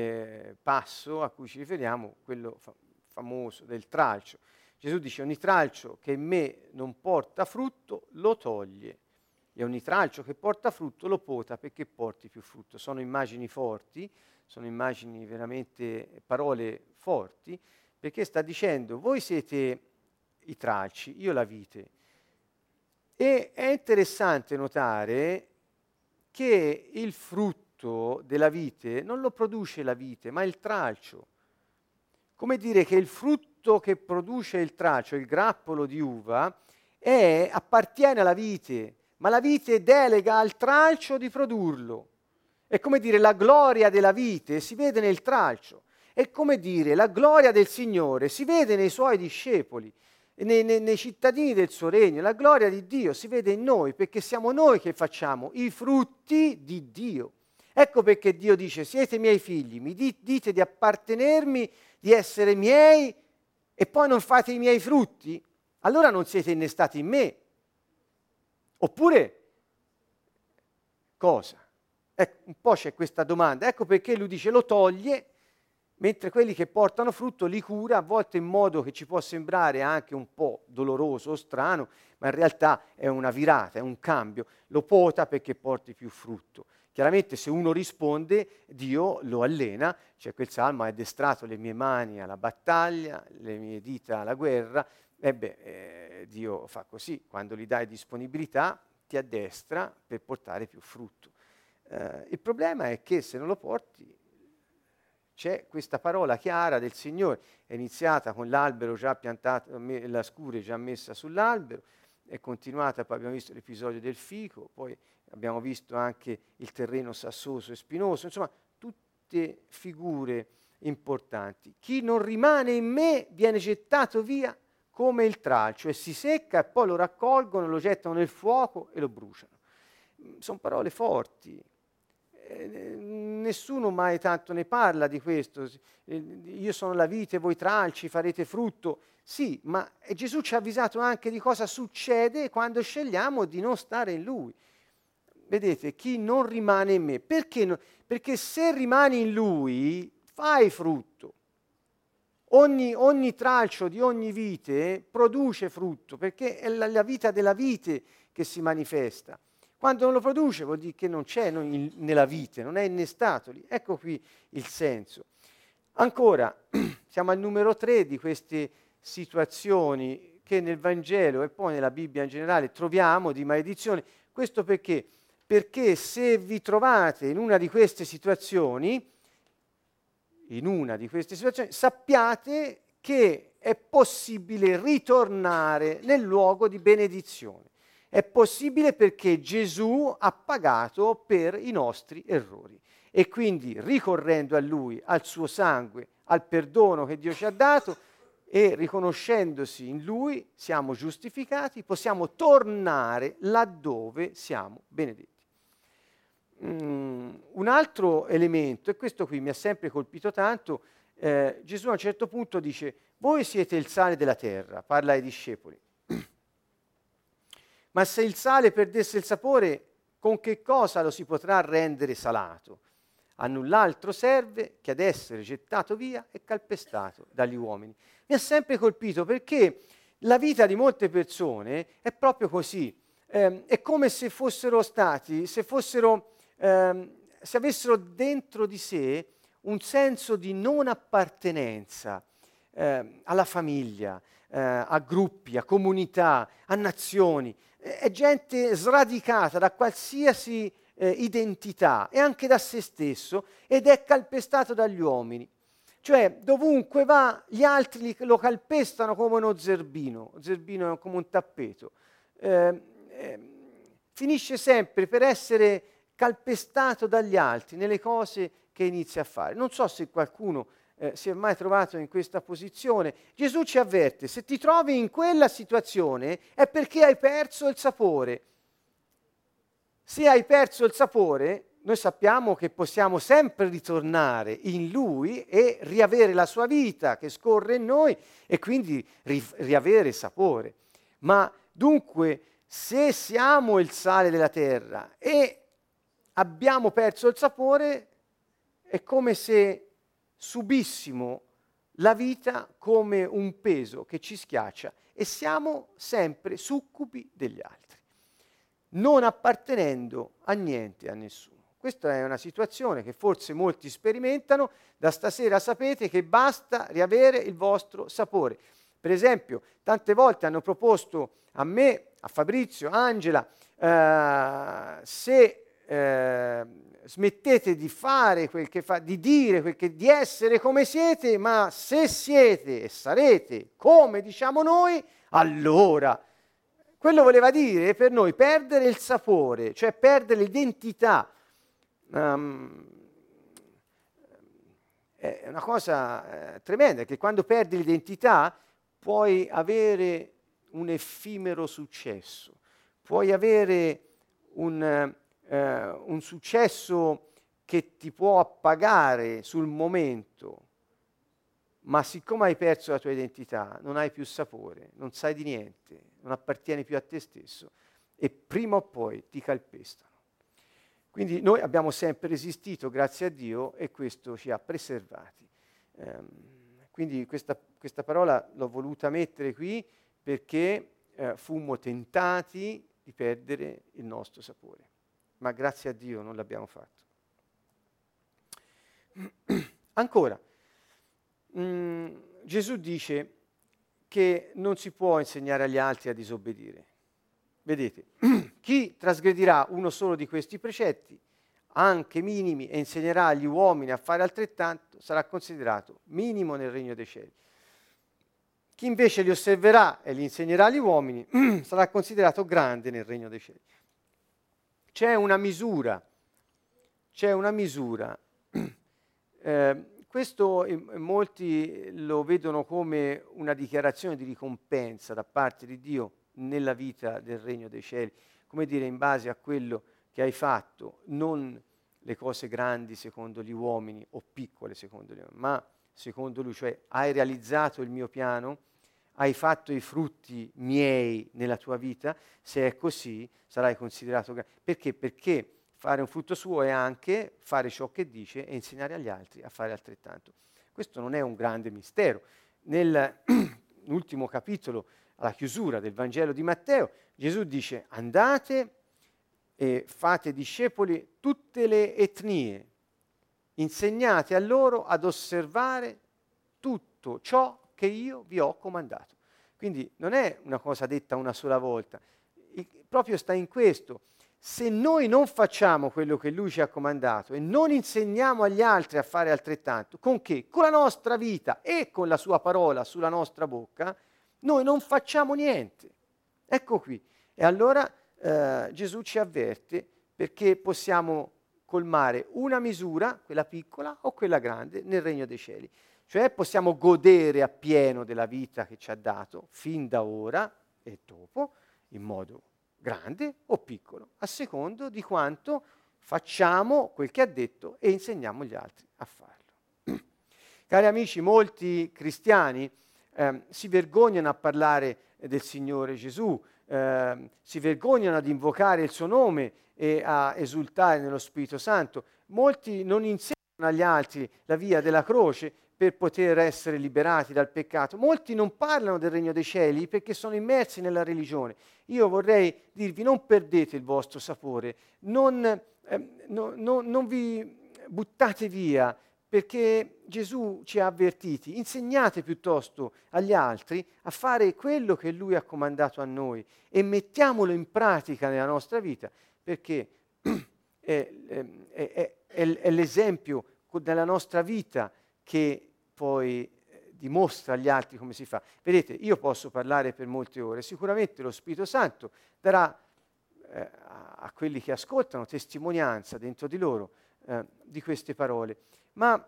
passo a cui ci riferiamo, quello famoso del tralcio. Gesù dice: ogni tralcio che in me non porta frutto lo toglie, e ogni tralcio che porta frutto lo pota perché porti più frutto. Sono immagini forti, sono immagini veramente, parole forti, perché sta dicendo: voi siete i tralci, io la vite. E è interessante notare che il frutto della vite non lo produce la vite, ma il tralcio. Come dire che il frutto che produce il tralcio, il grappolo di uva, appartiene alla vite, ma la vite delega al tralcio di produrlo. È come dire la gloria della vite si vede nel tralcio. È come dire la gloria del Signore si vede nei Suoi discepoli. Nei cittadini del suo regno, la gloria di Dio si vede in noi, perché siamo noi che facciamo i frutti di Dio. Ecco perché Dio dice: siete miei figli, mi dite di appartenermi, di essere miei, e poi non fate i miei frutti? Allora non siete innestati in me. Oppure cosa? Ecco, un po' c'è questa domanda. Ecco perché lui dice: lo toglie, mentre quelli che portano frutto li cura, a volte in modo che ci può sembrare anche un po' doloroso o strano, ma in realtà è una virata, è un cambio. Lo pota perché porti più frutto. Chiaramente se uno risponde, Dio lo allena. C'è quel salmo: ha addestrato le mie mani alla battaglia, le mie dita alla guerra. Dio fa così, quando gli dai disponibilità ti addestra per portare più frutto. Il problema è che se non lo porti, c'è questa parola chiara del Signore, è iniziata con l'albero già piantato, la scure già messa sull'albero, è continuata, poi abbiamo visto l'episodio del fico, poi abbiamo visto anche il terreno sassoso e spinoso, insomma tutte figure importanti. Chi non rimane in me viene gettato via come il tralcio e si secca, e poi lo raccolgono, lo gettano nel fuoco e lo bruciano. Sono parole forti. Nessuno mai tanto ne parla di questo. Io sono la vite, voi tralci, farete frutto. Sì, ma Gesù ci ha avvisato anche di cosa succede quando scegliamo di non stare in Lui. Vedete, chi non rimane in me. Perché? Perché se rimani in Lui, fai frutto. Ogni tralcio di ogni vite produce frutto, perché è la vita della vite che si manifesta. Quando non lo produce vuol dire che non c'è nella vite, non è innestato lì. Ecco qui il senso. Ancora, siamo al numero 3 di queste situazioni che nel Vangelo e poi nella Bibbia in generale troviamo di maledizione. Questo perché? Perché se vi trovate in una di queste situazioni, sappiate che è possibile ritornare nel luogo di benedizione. È possibile perché Gesù ha pagato per i nostri errori e quindi ricorrendo a Lui, al suo sangue, al perdono che Dio ci ha dato e riconoscendosi in Lui siamo giustificati, possiamo tornare laddove siamo benedetti. Un altro elemento, e questo qui mi ha sempre colpito tanto, Gesù a un certo punto dice: voi siete il sale della terra, parla ai discepoli. Ma se il sale perdesse il sapore, con che cosa lo si potrà rendere salato? A null'altro serve che ad essere gettato via e calpestato dagli uomini. Mi ha sempre colpito perché la vita di molte persone è proprio così. È come se fossero stati, se avessero dentro di sé un senso di non appartenenza alla famiglia, a gruppi, a comunità, a nazioni. È gente sradicata da qualsiasi identità e anche da se stesso ed è calpestato dagli uomini. Cioè, dovunque va, gli altri lo calpestano come uno zerbino. Lo zerbino è come un tappeto. Finisce sempre per essere calpestato dagli altri nelle cose che inizia a fare. Non so se qualcuno si è mai trovato in questa posizione. Gesù ci avverte: se ti trovi in quella situazione è perché hai perso il sapore. Se hai perso il sapore, noi sappiamo che possiamo sempre ritornare in Lui e riavere la sua vita che scorre in noi e quindi riavere sapore. Ma dunque, se siamo il sale della terra e abbiamo perso il sapore, è come se subissimo la vita come un peso che ci schiaccia e siamo sempre succubi degli altri, non appartenendo a niente e a nessuno. Questa è una situazione che forse molti sperimentano. Da stasera sapete che basta riavere il vostro sapore. Per esempio, tante volte hanno proposto a me, a Fabrizio, a Angela, se smettete di fare quel che di dire di essere come siete, ma se siete e sarete come diciamo noi, allora quello voleva dire per noi perdere il sapore, cioè perdere l'identità. È una cosa tremenda, che quando perdi l'identità puoi avere un effimero successo, puoi avere un successo che ti può appagare sul momento, ma siccome hai perso la tua identità, non hai più sapore, non sai di niente, non appartieni più a te stesso e prima o poi ti calpestano. Quindi noi abbiamo sempre resistito, grazie a Dio, e questo ci ha preservati. Quindi questa parola l'ho voluta mettere qui perché fummo tentati di perdere il nostro sapore, ma grazie a Dio non l'abbiamo fatto. Ancora, Gesù dice che non si può insegnare agli altri a disobbedire. Vedete, chi trasgredirà uno solo di questi precetti, anche minimi, e insegnerà agli uomini a fare altrettanto, sarà considerato minimo nel regno dei cieli. Chi invece li osserverà e li insegnerà agli uomini sarà considerato grande nel regno dei cieli. C'è una misura. Questo molti lo vedono come una dichiarazione di ricompensa da parte di Dio nella vita del regno dei cieli, come dire, in base a quello che hai fatto, non le cose grandi secondo gli uomini o piccole secondo gli uomini, ma secondo Lui, cioè hai realizzato il mio piano, hai fatto i frutti miei nella tua vita, se è così sarai considerato grande. Perché? Perché fare un frutto suo è anche fare ciò che dice e insegnare agli altri a fare altrettanto. Questo non è un grande mistero. Nell'ultimo capitolo, alla chiusura del Vangelo di Matteo, Gesù dice: andate e fate discepoli tutte le etnie, insegnate a loro ad osservare tutto ciò che io vi ho comandato. Quindi non è una cosa detta una sola volta, proprio sta in questo. Se noi non facciamo quello che Lui ci ha comandato e non insegniamo agli altri a fare altrettanto, con che? Con la nostra vita e con la Sua parola sulla nostra bocca, noi non facciamo niente. Ecco qui. E allora Gesù ci avverte perché possiamo colmare una misura, quella piccola o quella grande, nel regno dei cieli. Cioè possiamo godere appieno della vita che ci ha dato, fin da ora e dopo, in modo grande o piccolo, a secondo di quanto facciamo quel che ha detto e insegniamo gli altri a farlo. Cari amici, molti cristiani si vergognano a parlare del Signore Gesù, si vergognano ad invocare il suo nome e a esultare nello Spirito Santo. Molti non insegnano agli altri la via della croce per poter essere liberati dal peccato. Molti non parlano del regno dei cieli perché sono immersi nella religione. Io vorrei dirvi: non perdete il vostro sapore, non vi buttate via, perché Gesù ci ha avvertiti. Insegnate piuttosto agli altri a fare quello che Lui ha comandato a noi e mettiamolo in pratica nella nostra vita, perché è l'esempio della nostra vita che poi dimostra agli altri come si fa. Vedete, io posso parlare per molte ore, sicuramente lo Spirito Santo darà a quelli che ascoltano testimonianza dentro di loro di queste parole, ma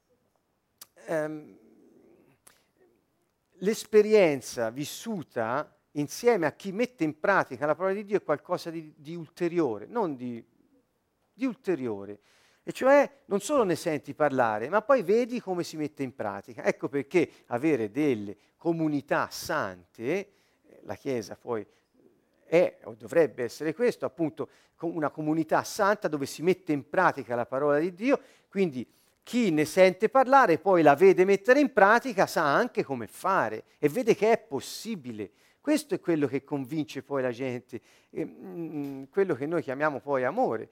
l'esperienza vissuta insieme a chi mette in pratica la parola di Dio è qualcosa di ulteriore, non di ulteriore. E cioè non solo ne senti parlare, ma poi vedi come si mette in pratica. Ecco perché avere delle comunità sante, la Chiesa poi è o dovrebbe essere questo, appunto una comunità santa dove si mette in pratica la parola di Dio, quindi chi ne sente parlare poi la vede mettere in pratica sa anche come fare e vede che è possibile. Questo è quello che convince poi la gente, quello che noi chiamiamo poi amore.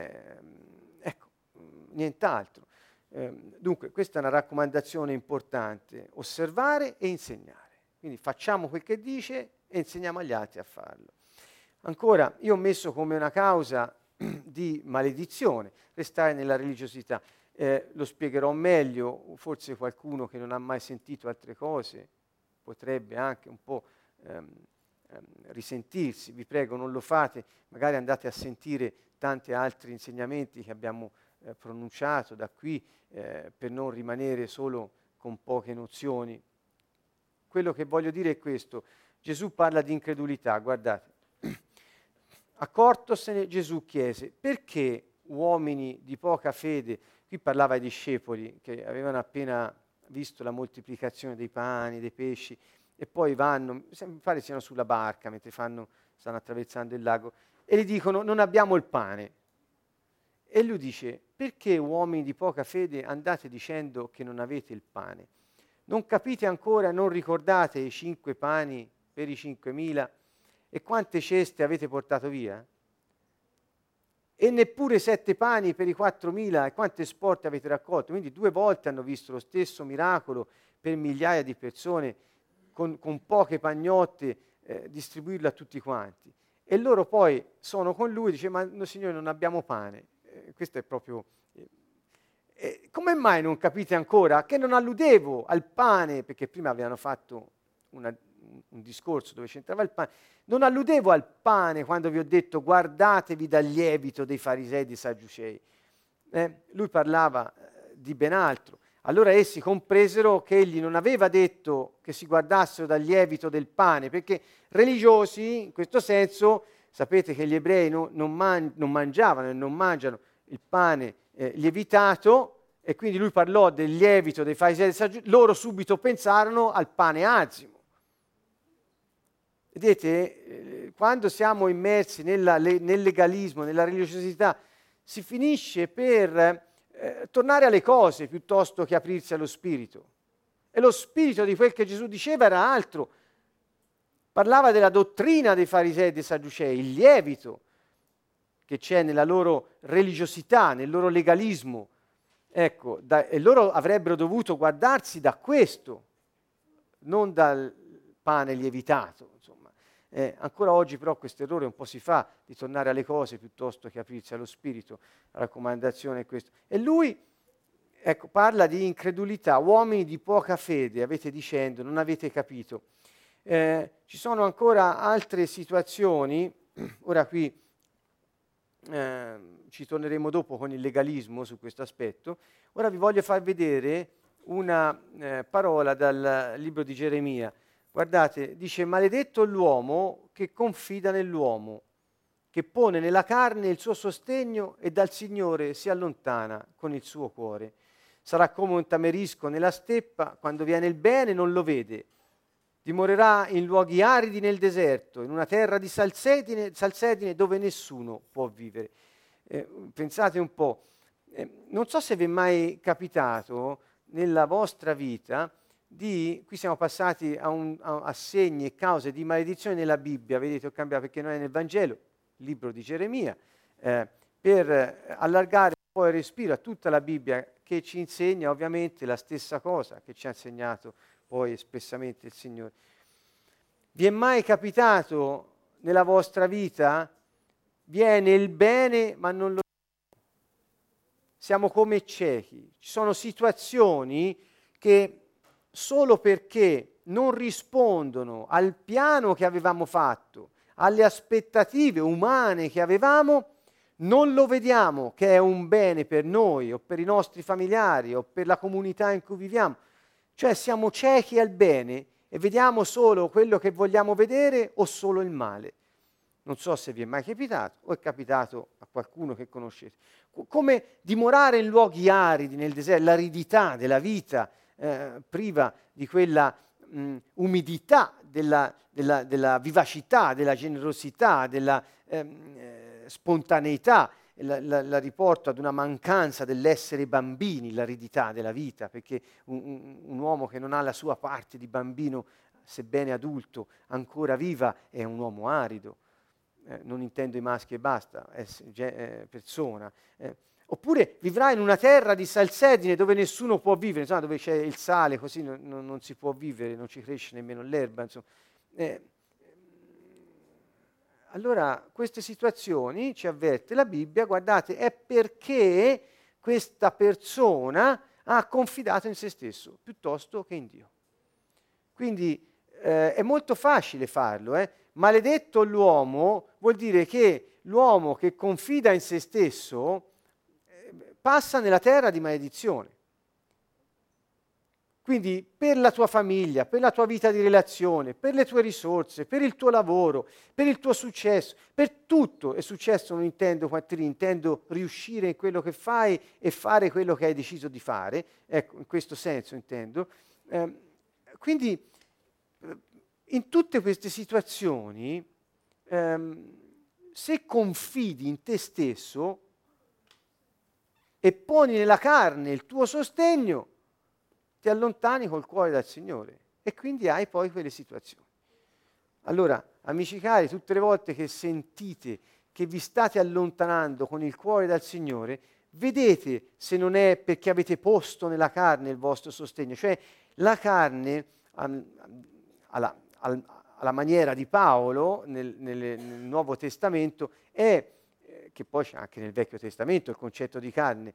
Nient'altro. Dunque, questa è una raccomandazione importante, osservare e insegnare. Quindi facciamo quel che dice e insegniamo agli altri a farlo. Ancora, io ho messo come una causa di maledizione restare nella religiosità. Lo spiegherò meglio, forse qualcuno che non ha mai sentito altre cose potrebbe anche un po' risentirsi. Vi prego, non lo fate, magari andate a sentire tanti altri insegnamenti che abbiamo pronunciato da qui per non rimanere solo con poche nozioni. Quello che voglio dire è questo: Gesù parla di incredulità, guardate. Accortosene, Gesù chiese: perché uomini di poca fede, qui parlava ai discepoli che avevano appena visto la moltiplicazione dei pani, dei pesci, e poi vanno, mi pare siano sulla barca mentre stanno attraversando il lago, e gli dicono: non abbiamo il pane. E lui dice: perché uomini di poca fede andate dicendo che non avete il pane? Non capite ancora, non ricordate i 5 pani per i 5.000 e quante ceste avete portato via? E neppure 7 pani per i 4.000 e quante sporte avete raccolto? Quindi 2 volte hanno visto lo stesso miracolo per migliaia di persone con poche pagnotte distribuirlo a tutti quanti. E loro poi sono con lui e dice: ma no, Signore, non abbiamo pane. Questo è proprio... come mai non capite ancora che non alludevo al pane, perché prima avevano fatto un discorso dove c'entrava il pane, non alludevo al pane quando vi ho detto guardatevi dal lievito dei farisei e dei sadducei. Lui parlava di ben altro. Allora essi compresero che egli non aveva detto che si guardassero dal lievito del pane, perché religiosi, in questo senso, sapete che gli ebrei non mangiavano e non mangiano il pane lievitato, e quindi lui parlò del lievito dei farisei e dei sadducei, loro subito pensarono al pane azimo. Vedete, quando siamo immersi nel legalismo, nella religiosità, si finisce per tornare alle cose piuttosto che aprirsi allo spirito. E lo spirito di quel che Gesù diceva era altro. Parlava della dottrina dei farisei e dei sadducei, il lievito che c'è nella loro religiosità, nel loro legalismo. Ecco, e loro avrebbero dovuto guardarsi da questo, non dal pane lievitato, insomma. Ancora oggi però questo errore un po' si fa, di tornare alle cose piuttosto che aprirsi allo spirito. La raccomandazione è questa. E lui, ecco, parla di incredulità, uomini di poca fede, avete dicendo, non avete capito. Ci sono ancora altre situazioni, ora qui ci torneremo dopo con il legalismo su questo aspetto. Ora vi voglio far vedere una parola dal libro di Geremia. Guardate, dice: maledetto l'uomo che confida nell'uomo, che pone nella carne il suo sostegno e dal Signore si allontana con il suo cuore. Sarà come un tamerisco nella steppa, quando viene il bene non lo vede. Dimorerà in luoghi aridi nel deserto, in una terra di salsedine dove nessuno può vivere. Pensate un po', non so se vi è mai capitato nella vostra vita qui siamo passati a segni e cause di maledizione nella Bibbia, vedete, ho cambiato perché non è nel Vangelo, il libro di Geremia, per allargare un po' il respiro a tutta la Bibbia, che ci insegna ovviamente la stessa cosa che ci ha insegnato poi espressamente il Signore. Vi è mai capitato nella vostra vita? Viene il bene ma non lo vediamo. Siamo come ciechi. Ci sono situazioni che solo perché non rispondono al piano che avevamo fatto, alle aspettative umane che avevamo, non lo vediamo che è un bene per noi o per i nostri familiari o per la comunità in cui viviamo. Cioè siamo ciechi al bene e vediamo solo quello che vogliamo vedere o solo il male. Non so se vi è mai capitato o è capitato a qualcuno che conoscete. Come dimorare in luoghi aridi, nel deserto, l'aridità della vita priva di quella umidità, della vivacità, della generosità, della spontaneità. La riporto ad una mancanza dell'essere bambini, l'aridità della vita, perché un uomo che non ha la sua parte di bambino, sebbene adulto, ancora viva, è un uomo arido. Non intendo i maschi e basta, è persona. Oppure vivrà in una terra di salsedine dove nessuno può vivere, insomma, dove c'è il sale, così non si può vivere, non ci cresce nemmeno l'erba. Insomma. Allora, queste situazioni, ci avverte la Bibbia, guardate, è perché questa persona ha confidato in se stesso piuttosto che in Dio. Quindi è molto facile farlo, Maledetto l'uomo vuol dire che l'uomo che confida in se stesso passa nella terra di maledizione. Quindi per la tua famiglia, per la tua vita di relazione, per le tue risorse, per il tuo lavoro, per il tuo successo, per tutto. E successo non intendo quattrini, intendo riuscire in quello che fai e fare quello che hai deciso di fare. Ecco, in questo senso intendo. Quindi in tutte queste situazioni, se confidi in te stesso e poni nella carne il tuo sostegno, ti allontani col cuore dal Signore e quindi hai poi quelle situazioni. Allora, amici cari, tutte le volte che sentite che vi state allontanando con il cuore dal Signore, vedete se non è perché avete posto nella carne il vostro sostegno. Cioè la carne, alla maniera di Paolo nel Nuovo Testamento, è, che poi c'è anche nel Vecchio Testamento il concetto di carne,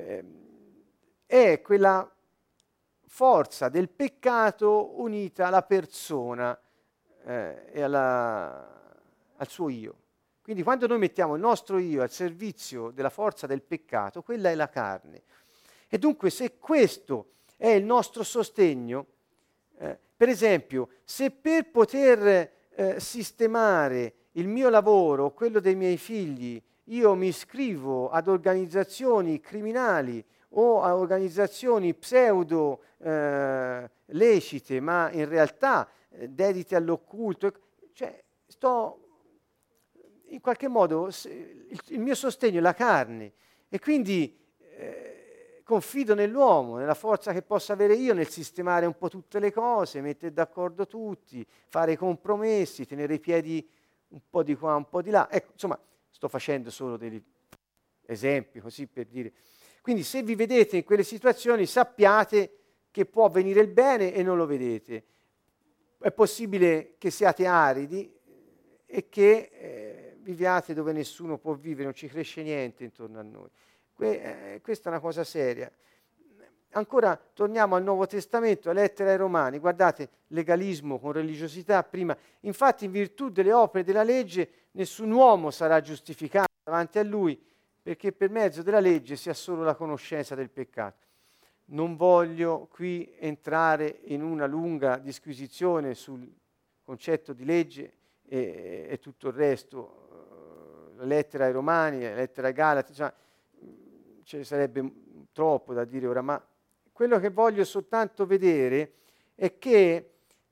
è quella forza del peccato unita alla persona e al suo io. Quindi quando noi mettiamo il nostro io al servizio della forza del peccato, quella è la carne. E dunque se questo è il nostro sostegno, per esempio, se per poter sistemare il mio lavoro o quello dei miei figli io mi iscrivo ad organizzazioni criminali o a organizzazioni pseudo lecite, ma in realtà dedite all'occulto, cioè sto in qualche modo, il mio sostegno è la carne e quindi confido nell'uomo, nella forza che possa avere io nel sistemare un po' tutte le cose, mettere d'accordo tutti, fare i compromessi, tenere i piedi un po' di qua, un po' di là. Ecco, insomma, sto facendo solo degli esempi così per dire. Quindi se vi vedete in quelle situazioni sappiate che può venire il bene e non lo vedete. È possibile che siate aridi e che viviate dove nessuno può vivere, non ci cresce niente intorno a noi. Questa è una cosa seria. Ancora torniamo al Nuovo Testamento, la lettera ai Romani. Guardate, legalismo con religiosità prima. Infatti in virtù delle opere della legge nessun uomo sarà giustificato davanti a lui, perché per mezzo della legge si ha solo la conoscenza del peccato. Non voglio qui entrare in una lunga disquisizione sul concetto di legge e tutto il resto, la lettera ai Romani, la lettera ai Galati, insomma, ce ne sarebbe troppo da dire ora, ma quello che voglio soltanto vedere è che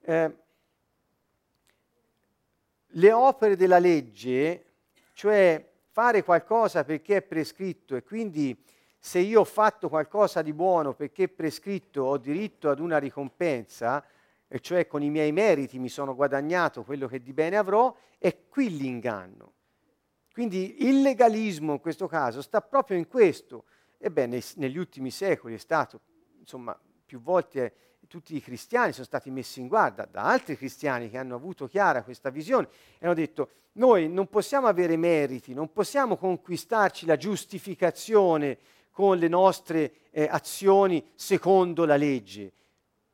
le opere della legge, cioè fare qualcosa perché è prescritto e quindi se io ho fatto qualcosa di buono perché è prescritto ho diritto ad una ricompensa, e cioè con i miei meriti mi sono guadagnato quello che di bene avrò, è qui l'inganno. Quindi il legalismo in questo caso sta proprio in questo. Ebbene, negli ultimi secoli è stato, insomma, più volte tutti i cristiani sono stati messi in guardia da altri cristiani che hanno avuto chiara questa visione e hanno detto: noi non possiamo avere meriti, non possiamo conquistarci la giustificazione con le nostre azioni secondo la legge.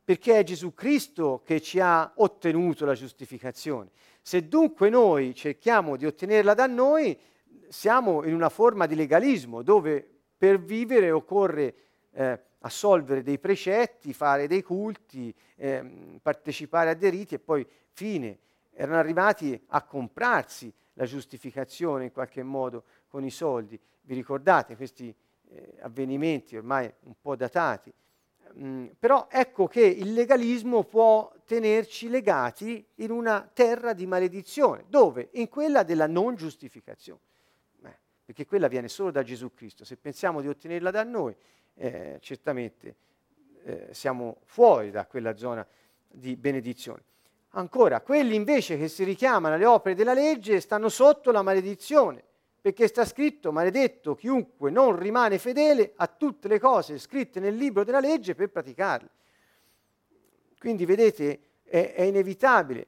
perché è Gesù Cristo che ci ha ottenuto la giustificazione. Se dunque noi cerchiamo di ottenerla da noi, siamo in una forma di legalismo, dove per vivere occorre assolvere dei precetti, fare dei culti, partecipare a dei riti e poi fine. Erano arrivati a comprarsi la giustificazione in qualche modo con i soldi. Vi ricordate questi avvenimenti ormai un po' datati? Però ecco che il legalismo può tenerci legati in una terra di maledizione. Dove? In quella della non giustificazione. Perché quella viene solo da Gesù Cristo. Se pensiamo di ottenerla da noi, certamente siamo fuori da quella zona di benedizione. Ancora, quelli invece che si richiamano alle opere della legge stanno sotto la maledizione, perché sta scritto: maledetto chiunque non rimane fedele a tutte le cose scritte nel libro della legge per praticarle. Quindi vedete, è inevitabile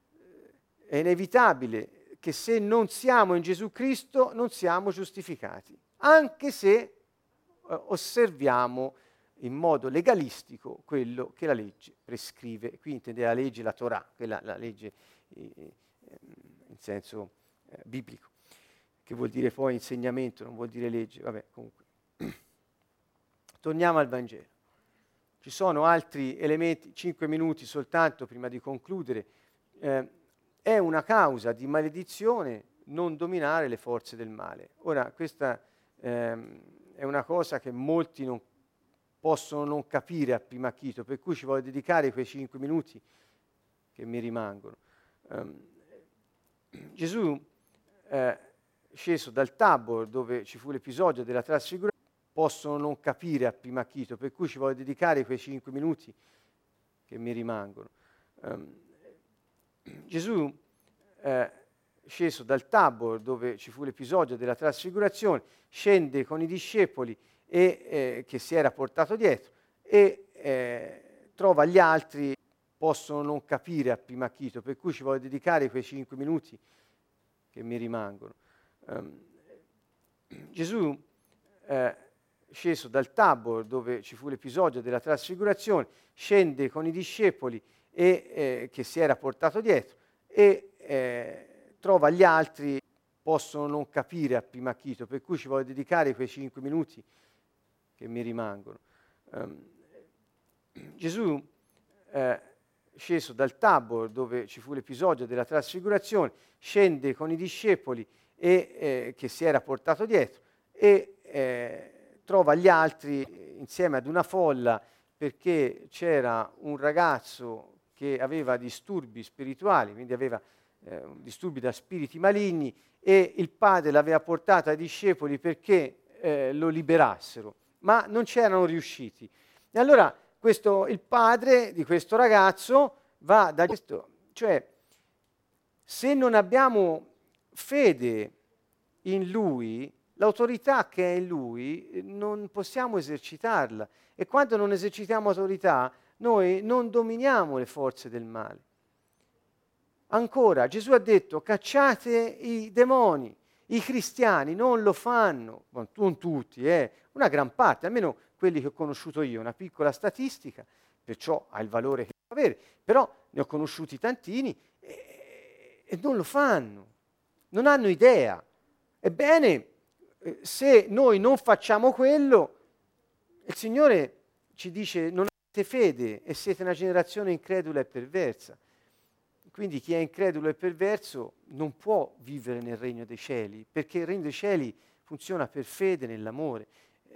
che se non siamo in Gesù Cristo non siamo giustificati, anche se osserviamo in modo legalistico quello che la legge prescrive. Qui intende la legge, la Torah, la legge in senso biblico, che vuol dire poi insegnamento, non vuol dire legge. Vabbè, comunque. Torniamo al Vangelo. Ci sono altri elementi, 5 minuti soltanto prima di concludere. È una causa di maledizione non dominare le forze del male. Ora, questa è una cosa che molti non possono non capire a primo acchito, per cui ci voglio dedicare quei 5 minuti che mi rimangono. Gesù, sceso dal Tabor, dove ci fu l'episodio della trasfigurazione, possono non capire a primo acchito, per cui ci voglio dedicare quei 5 minuti che mi rimangono. Gesù, sceso dal Tabor, dove ci fu l'episodio della trasfigurazione, scende con i discepoli che si era portato dietro e trova gli altri, possono non capire a primo acchito, per cui ci voglio dedicare quei 5 minuti che mi rimangono. Gesù, sceso dal Tabor, dove ci fu l'episodio della trasfigurazione, scende con i discepoli che si era portato dietro e trova gli altri, possono non capire a primo acchito, per cui ci voglio dedicare quei 5 minuti che mi rimangono. Gesù, sceso dal Tabor, dove ci fu l'episodio della trasfigurazione, scende con i discepoli che si era portato dietro e trova gli altri insieme ad una folla, perché c'era un ragazzo che aveva disturbi spirituali, quindi aveva disturbi da spiriti maligni, e il padre l'aveva portato ai discepoli perché lo liberassero, ma non c'erano riusciti. E allora il padre di questo ragazzo va da questo, cioè se non abbiamo fede in lui, l'autorità che è in lui non possiamo esercitarla, e quando non esercitiamo autorità noi non dominiamo le forze del male. Ancora, Gesù ha detto: cacciate i demoni. I cristiani non lo fanno, non tutti, una gran parte, almeno quelli che ho conosciuto io, una piccola statistica, perciò ha il valore che può avere, però ne ho conosciuti tantini e non lo fanno, non hanno idea. Ebbene, se noi non facciamo quello, il Signore ci dice: non avete fede e siete una generazione incredula e perversa. Quindi chi è incredulo e perverso non può vivere nel regno dei cieli, perché il regno dei cieli funziona per fede nell'amore.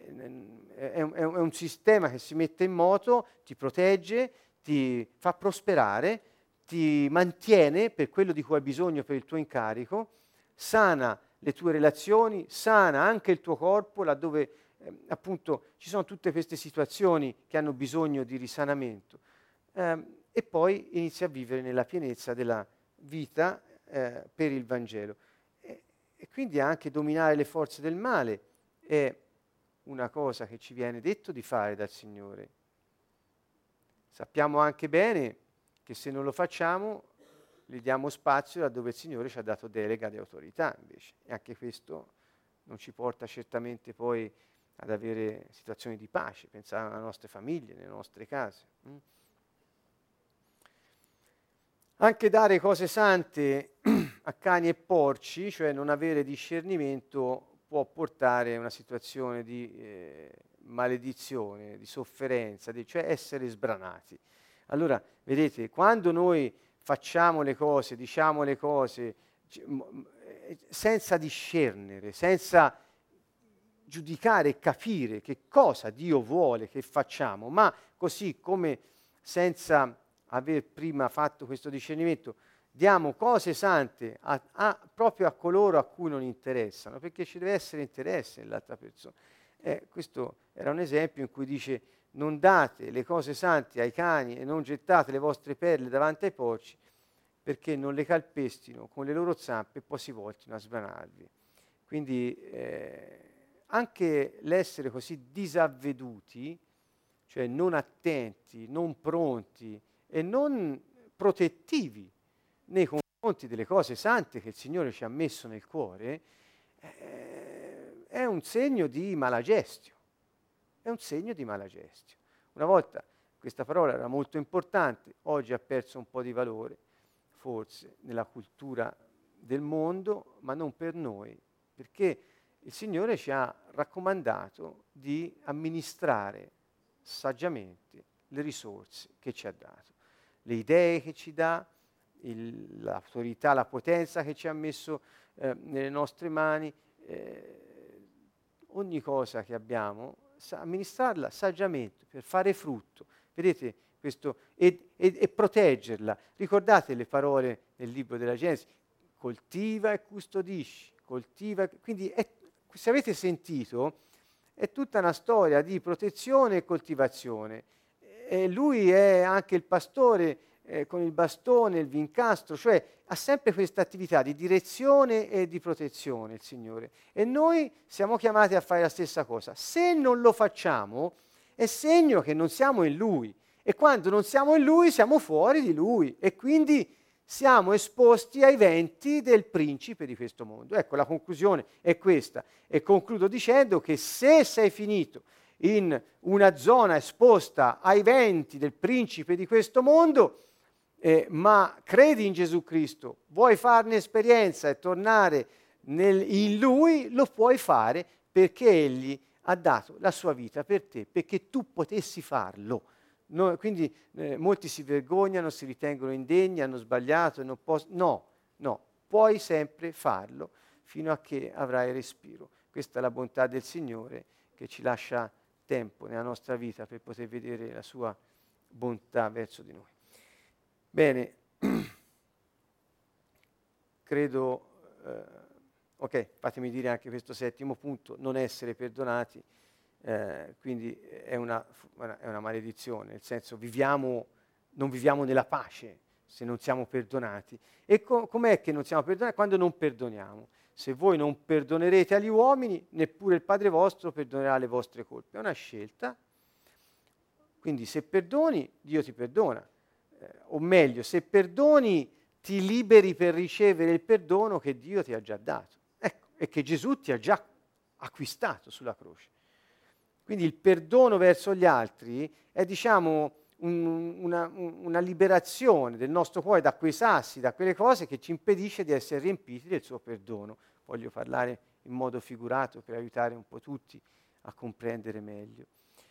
È un sistema che si mette in moto, ti protegge, ti fa prosperare, ti mantiene per quello di cui hai bisogno per il tuo incarico, sana le tue relazioni, sana anche il tuo corpo, laddove appunto ci sono tutte queste situazioni che hanno bisogno di risanamento. E poi inizia a vivere nella pienezza della vita per il Vangelo. E quindi anche dominare le forze del male è una cosa che ci viene detto di fare dal Signore. Sappiamo anche bene che se non lo facciamo gli diamo spazio laddove il Signore ci ha dato delega di autorità invece. E anche questo non ci porta certamente poi ad avere situazioni di pace, pensare alle nostre famiglie, alle nostre case. Anche dare cose sante a cani e porci, cioè non avere discernimento, può portare a una situazione di maledizione, di sofferenza, cioè essere sbranati. Allora, vedete, quando noi facciamo le cose, diciamo le cose senza discernere, senza giudicare e capire che cosa Dio vuole che facciamo, ma così come senza aver prima fatto questo discernimento, diamo cose sante proprio a coloro a cui non interessano, perché ci deve essere interesse nell'altra persona. Questo era un esempio in cui dice: non date le cose sante ai cani e non gettate le vostre perle davanti ai porci, perché non le calpestino con le loro zampe e poi si voltino a sbranarvi. Quindi anche l'essere così disavveduti, cioè non attenti, non pronti e non protettivi nei confronti delle cose sante che il Signore ci ha messo nel cuore, è un segno di malagestio. È un segno di malagestio. Una volta questa parola era molto importante, oggi ha perso un po' di valore, forse, nella cultura del mondo, ma non per noi, perché il Signore ci ha raccomandato di amministrare saggiamente le risorse che ci ha dato, le idee che ci dà, l'autorità, la potenza che ci ha messo nelle nostre mani, ogni cosa che abbiamo, amministrarla saggiamente per fare frutto. Vedete questo? E proteggerla. Ricordate le parole nel libro della Genesi? Coltiva e custodisci, coltiva. Quindi se avete sentito, è tutta una storia di protezione e coltivazione. E lui è anche il pastore con il bastone, il vincastro, cioè ha sempre questa attività di direzione e di protezione, il Signore. E noi siamo chiamati a fare la stessa cosa. Se non lo facciamo, è segno che non siamo in Lui. E quando non siamo in Lui, siamo fuori di Lui. E quindi siamo esposti ai venti del principe di questo mondo. Ecco, la conclusione è questa. E concludo dicendo che se sei finito in una zona esposta ai venti del principe di questo mondo, ma credi in Gesù Cristo, vuoi farne esperienza e tornare in Lui, lo puoi fare perché Egli ha dato la sua vita per te, perché tu potessi farlo. Quindi molti si vergognano, si ritengono indegni, hanno sbagliato, non possono. No, puoi sempre farlo fino a che avrai respiro. Questa è la bontà del Signore che ci lascia tempo nella nostra vita per poter vedere la sua bontà verso di noi. Bene, credo, ok, fatemi dire anche questo settimo punto, non essere perdonati, quindi è una maledizione, nel senso non viviamo nella pace se non siamo perdonati. E com'è che non siamo perdonati? Quando non perdoniamo. Se voi non perdonerete agli uomini, neppure il Padre vostro perdonerà le vostre colpe. È una scelta. Quindi se perdoni, Dio ti perdona. O meglio, se perdoni, ti liberi per ricevere il perdono che Dio ti ha già dato. Ecco, e che Gesù ti ha già acquistato sulla croce. Quindi il perdono verso gli altri è, diciamo, una liberazione del nostro cuore da quei sassi, da quelle cose che ci impedisce di essere riempiti del suo perdono. Voglio parlare in modo figurato per aiutare un po' tutti a comprendere meglio.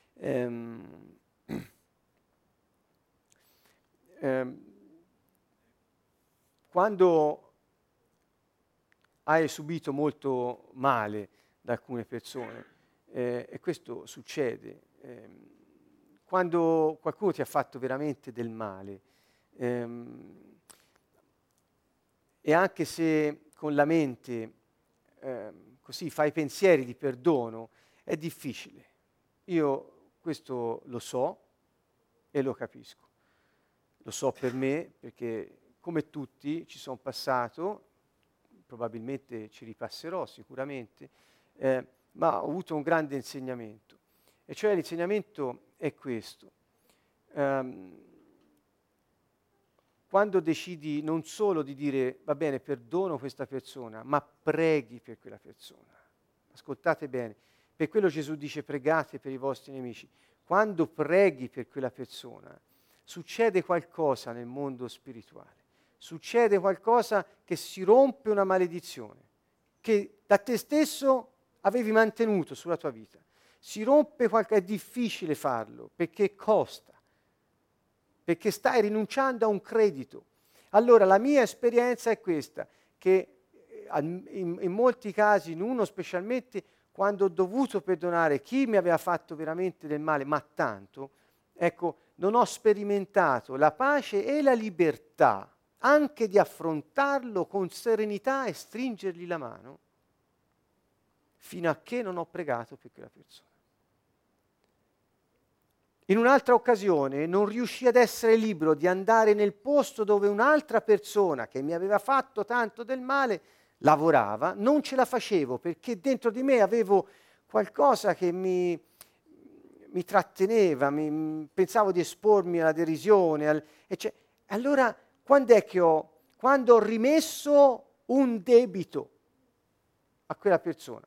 Quando hai subito molto male da alcune persone, e questo succede, quando qualcuno ti ha fatto veramente del male, e anche se con la mente così fai pensieri di perdono, è difficile. Io questo lo so e lo capisco. Lo so per me, perché come tutti ci sono passato, probabilmente ci ripasserò sicuramente, ma ho avuto un grande insegnamento. E cioè l'insegnamento è questo. Quando decidi non solo di dire, va bene, perdono questa persona, ma preghi per quella persona. Ascoltate bene, per quello Gesù dice pregate per i vostri nemici. Quando preghi per quella persona, succede qualcosa nel mondo spirituale. succede qualcosa che si rompe una maledizione, che da te stesso avevi mantenuto sulla tua vita. Si rompe qualcosa, è difficile farlo, perché costa, perché stai rinunciando a un credito. Allora la mia esperienza è questa, che in molti casi, in uno specialmente, quando ho dovuto perdonare chi mi aveva fatto veramente del male, ma tanto, ecco, non ho sperimentato la pace e la libertà anche di affrontarlo con serenità e stringergli la mano, fino a che non ho pregato per quella persona. In un'altra occasione non riuscii ad essere libero di andare nel posto dove un'altra persona che mi aveva fatto tanto del male lavorava, non ce la facevo perché dentro di me avevo qualcosa che mi tratteneva, pensavo di espormi alla derisione. Allora, quando ho rimesso un debito a quella persona,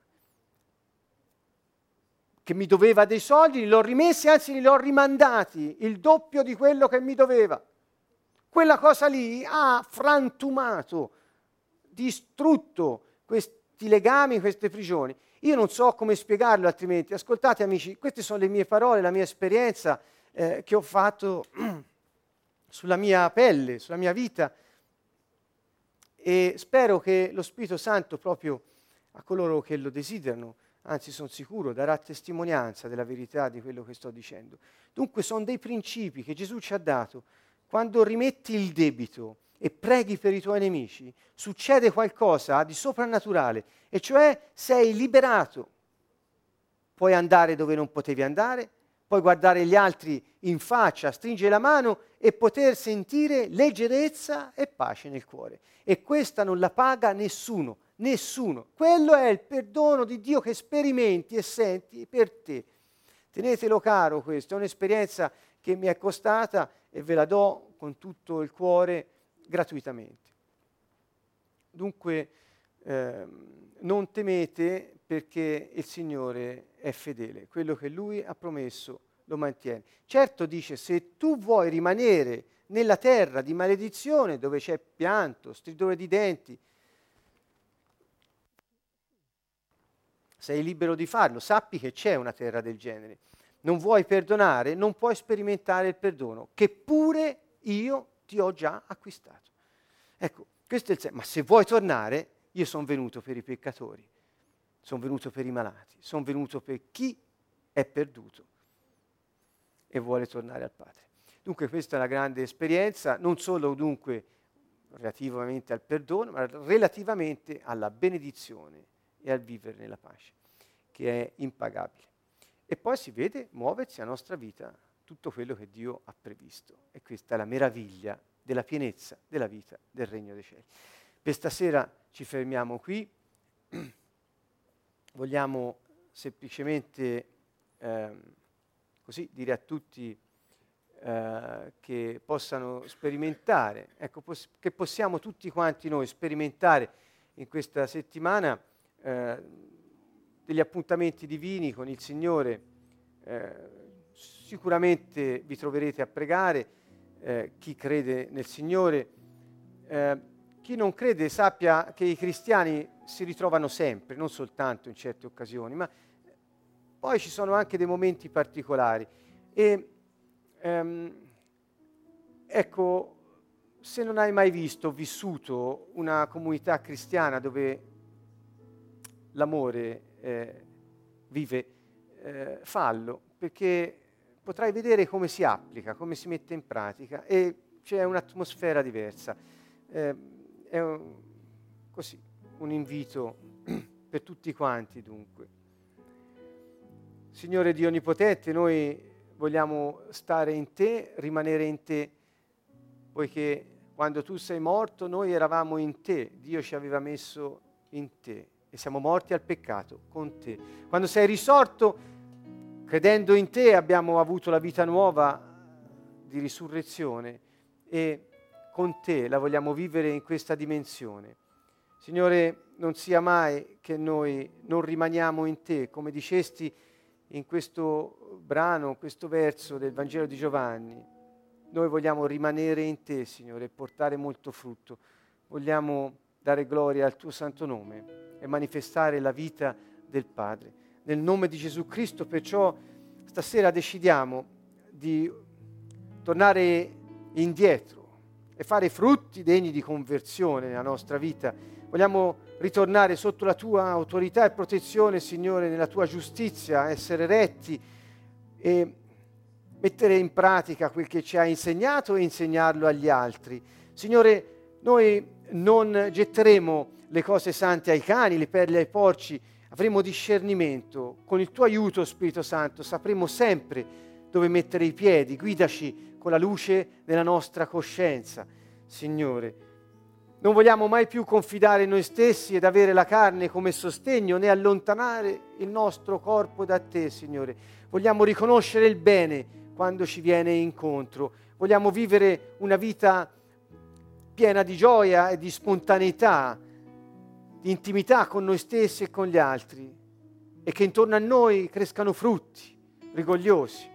che mi doveva dei soldi, li ho rimessi, anzi li ho rimandati, il doppio di quello che mi doveva. Quella cosa lì ha frantumato, distrutto questi legami, queste prigioni. Io non so come spiegarlo altrimenti. Ascoltate amici, queste sono le mie parole, la mia esperienza che ho fatto sulla mia pelle, sulla mia vita, e spero che lo Spirito Santo, proprio a coloro che lo desiderano, anzi sono sicuro, darà testimonianza della verità di quello che sto dicendo. Dunque sono dei principi che Gesù ci ha dato. Quando rimetti il debito e preghi per i tuoi nemici, succede qualcosa di soprannaturale, e cioè sei liberato. Puoi andare dove non potevi andare, puoi guardare gli altri in faccia, stringere la mano e poter sentire leggerezza e pace nel cuore. E questa non la paga nessuno. Nessuno. Quello è il perdono di Dio che sperimenti e senti per te. Tenetelo caro questo, è un'esperienza che mi è costata e ve la do con tutto il cuore gratuitamente. Dunque non temete, perché il Signore è fedele, quello che Lui ha promesso lo mantiene. Certo, dice, se tu vuoi rimanere nella terra di maledizione, dove c'è pianto, stridore di denti, sei libero di farlo, sappi che c'è una terra del genere. Non vuoi perdonare, non puoi sperimentare il perdono, che pure io ti ho già acquistato. Ecco, questo è il senso. Ma se vuoi tornare, io sono venuto per i peccatori, sono venuto per i malati, sono venuto per chi è perduto e vuole tornare al Padre. Dunque questa è la grande esperienza, non solo dunque relativamente al perdono, ma relativamente alla benedizione e al vivere nella pace, che è impagabile. E poi si vede muoversi a nostra vita tutto quello che Dio ha previsto. E questa è la meraviglia della pienezza della vita del Regno dei Cieli. Per stasera ci fermiamo qui. Vogliamo semplicemente così dire a tutti che possano sperimentare, ecco, che possiamo tutti quanti noi sperimentare in questa settimana degli appuntamenti divini con il Signore. Sicuramente vi troverete a pregare, chi crede nel Signore. Chi non crede sappia che i cristiani si ritrovano sempre, non soltanto in certe occasioni, ma poi ci sono anche dei momenti particolari. E ecco, se non hai mai visto o vissuto una comunità cristiana dove l'amore vive, fallo, perché potrai vedere come si applica, come si mette in pratica, e c'è un'atmosfera diversa. È così, un invito per tutti quanti dunque. Signore Dio Onnipotente, noi vogliamo stare in Te, rimanere in Te, poiché quando Tu sei morto noi eravamo in Te, Dio ci aveva messo in Te e siamo morti al peccato con Te. Quando sei risorto, credendo in Te, abbiamo avuto la vita nuova di risurrezione e con Te la vogliamo vivere in questa dimensione. Signore, non sia mai che noi non rimaniamo in Te, come dicesti in questo brano, questo verso del Vangelo di Giovanni. noi vogliamo rimanere in te, Signore, e portare molto frutto. Vogliamo dare gloria al tuo santo nome e manifestare la vita del Padre. Nel nome di Gesù Cristo, perciò, stasera decidiamo di tornare indietro e fare frutti degni di conversione nella nostra vita. Vogliamo ritornare sotto la tua autorità e protezione, Signore, nella tua giustizia, essere retti e mettere in pratica quel che ci hai insegnato e insegnarlo agli altri. Signore, noi non getteremo le cose sante ai cani, le perle ai porci, avremo discernimento. Con il tuo aiuto, Spirito Santo, sapremo sempre dove mettere i piedi. Guidaci con la luce della nostra coscienza, Signore. Non vogliamo mai più confidare in noi stessi ed avere la carne come sostegno, né allontanare il nostro corpo da te, Signore. Vogliamo riconoscere il bene quando ci viene incontro. Vogliamo vivere una vita piena di gioia e di spontaneità, di intimità con noi stessi e con gli altri, e che intorno a noi crescano frutti rigogliosi.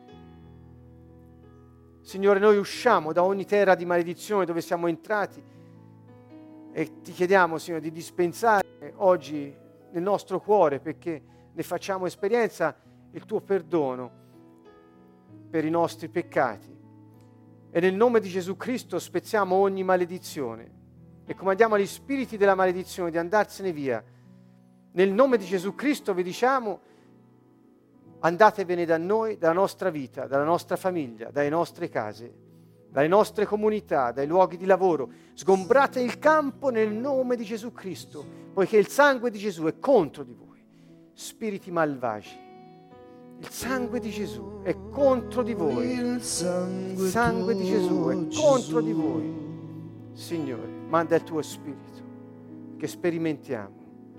Signore, noi usciamo da ogni terra di maledizione dove siamo entrati e ti chiediamo, Signore, di dispensare oggi nel nostro cuore, perché ne facciamo esperienza, il tuo perdono per i nostri peccati. E nel nome di Gesù Cristo spezziamo ogni maledizione e comandiamo agli spiriti della maledizione di andarsene via. Nel nome di Gesù Cristo vi diciamo: andatevene da noi, dalla nostra vita, dalla nostra famiglia, dalle nostre case, dalle nostre comunità, dai luoghi di lavoro. Sgombrate il campo nel nome di Gesù Cristo, poiché il sangue di Gesù è contro di voi. Spiriti malvagi, il sangue di Gesù è contro di voi. Il sangue di Gesù è contro di voi. Signore, manda il tuo Spirito che sperimentiamo.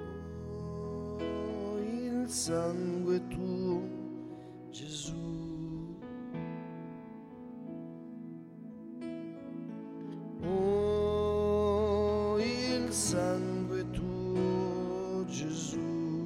Il sangue tuo, Gesù. Oh, il sangue tuo, Gesù.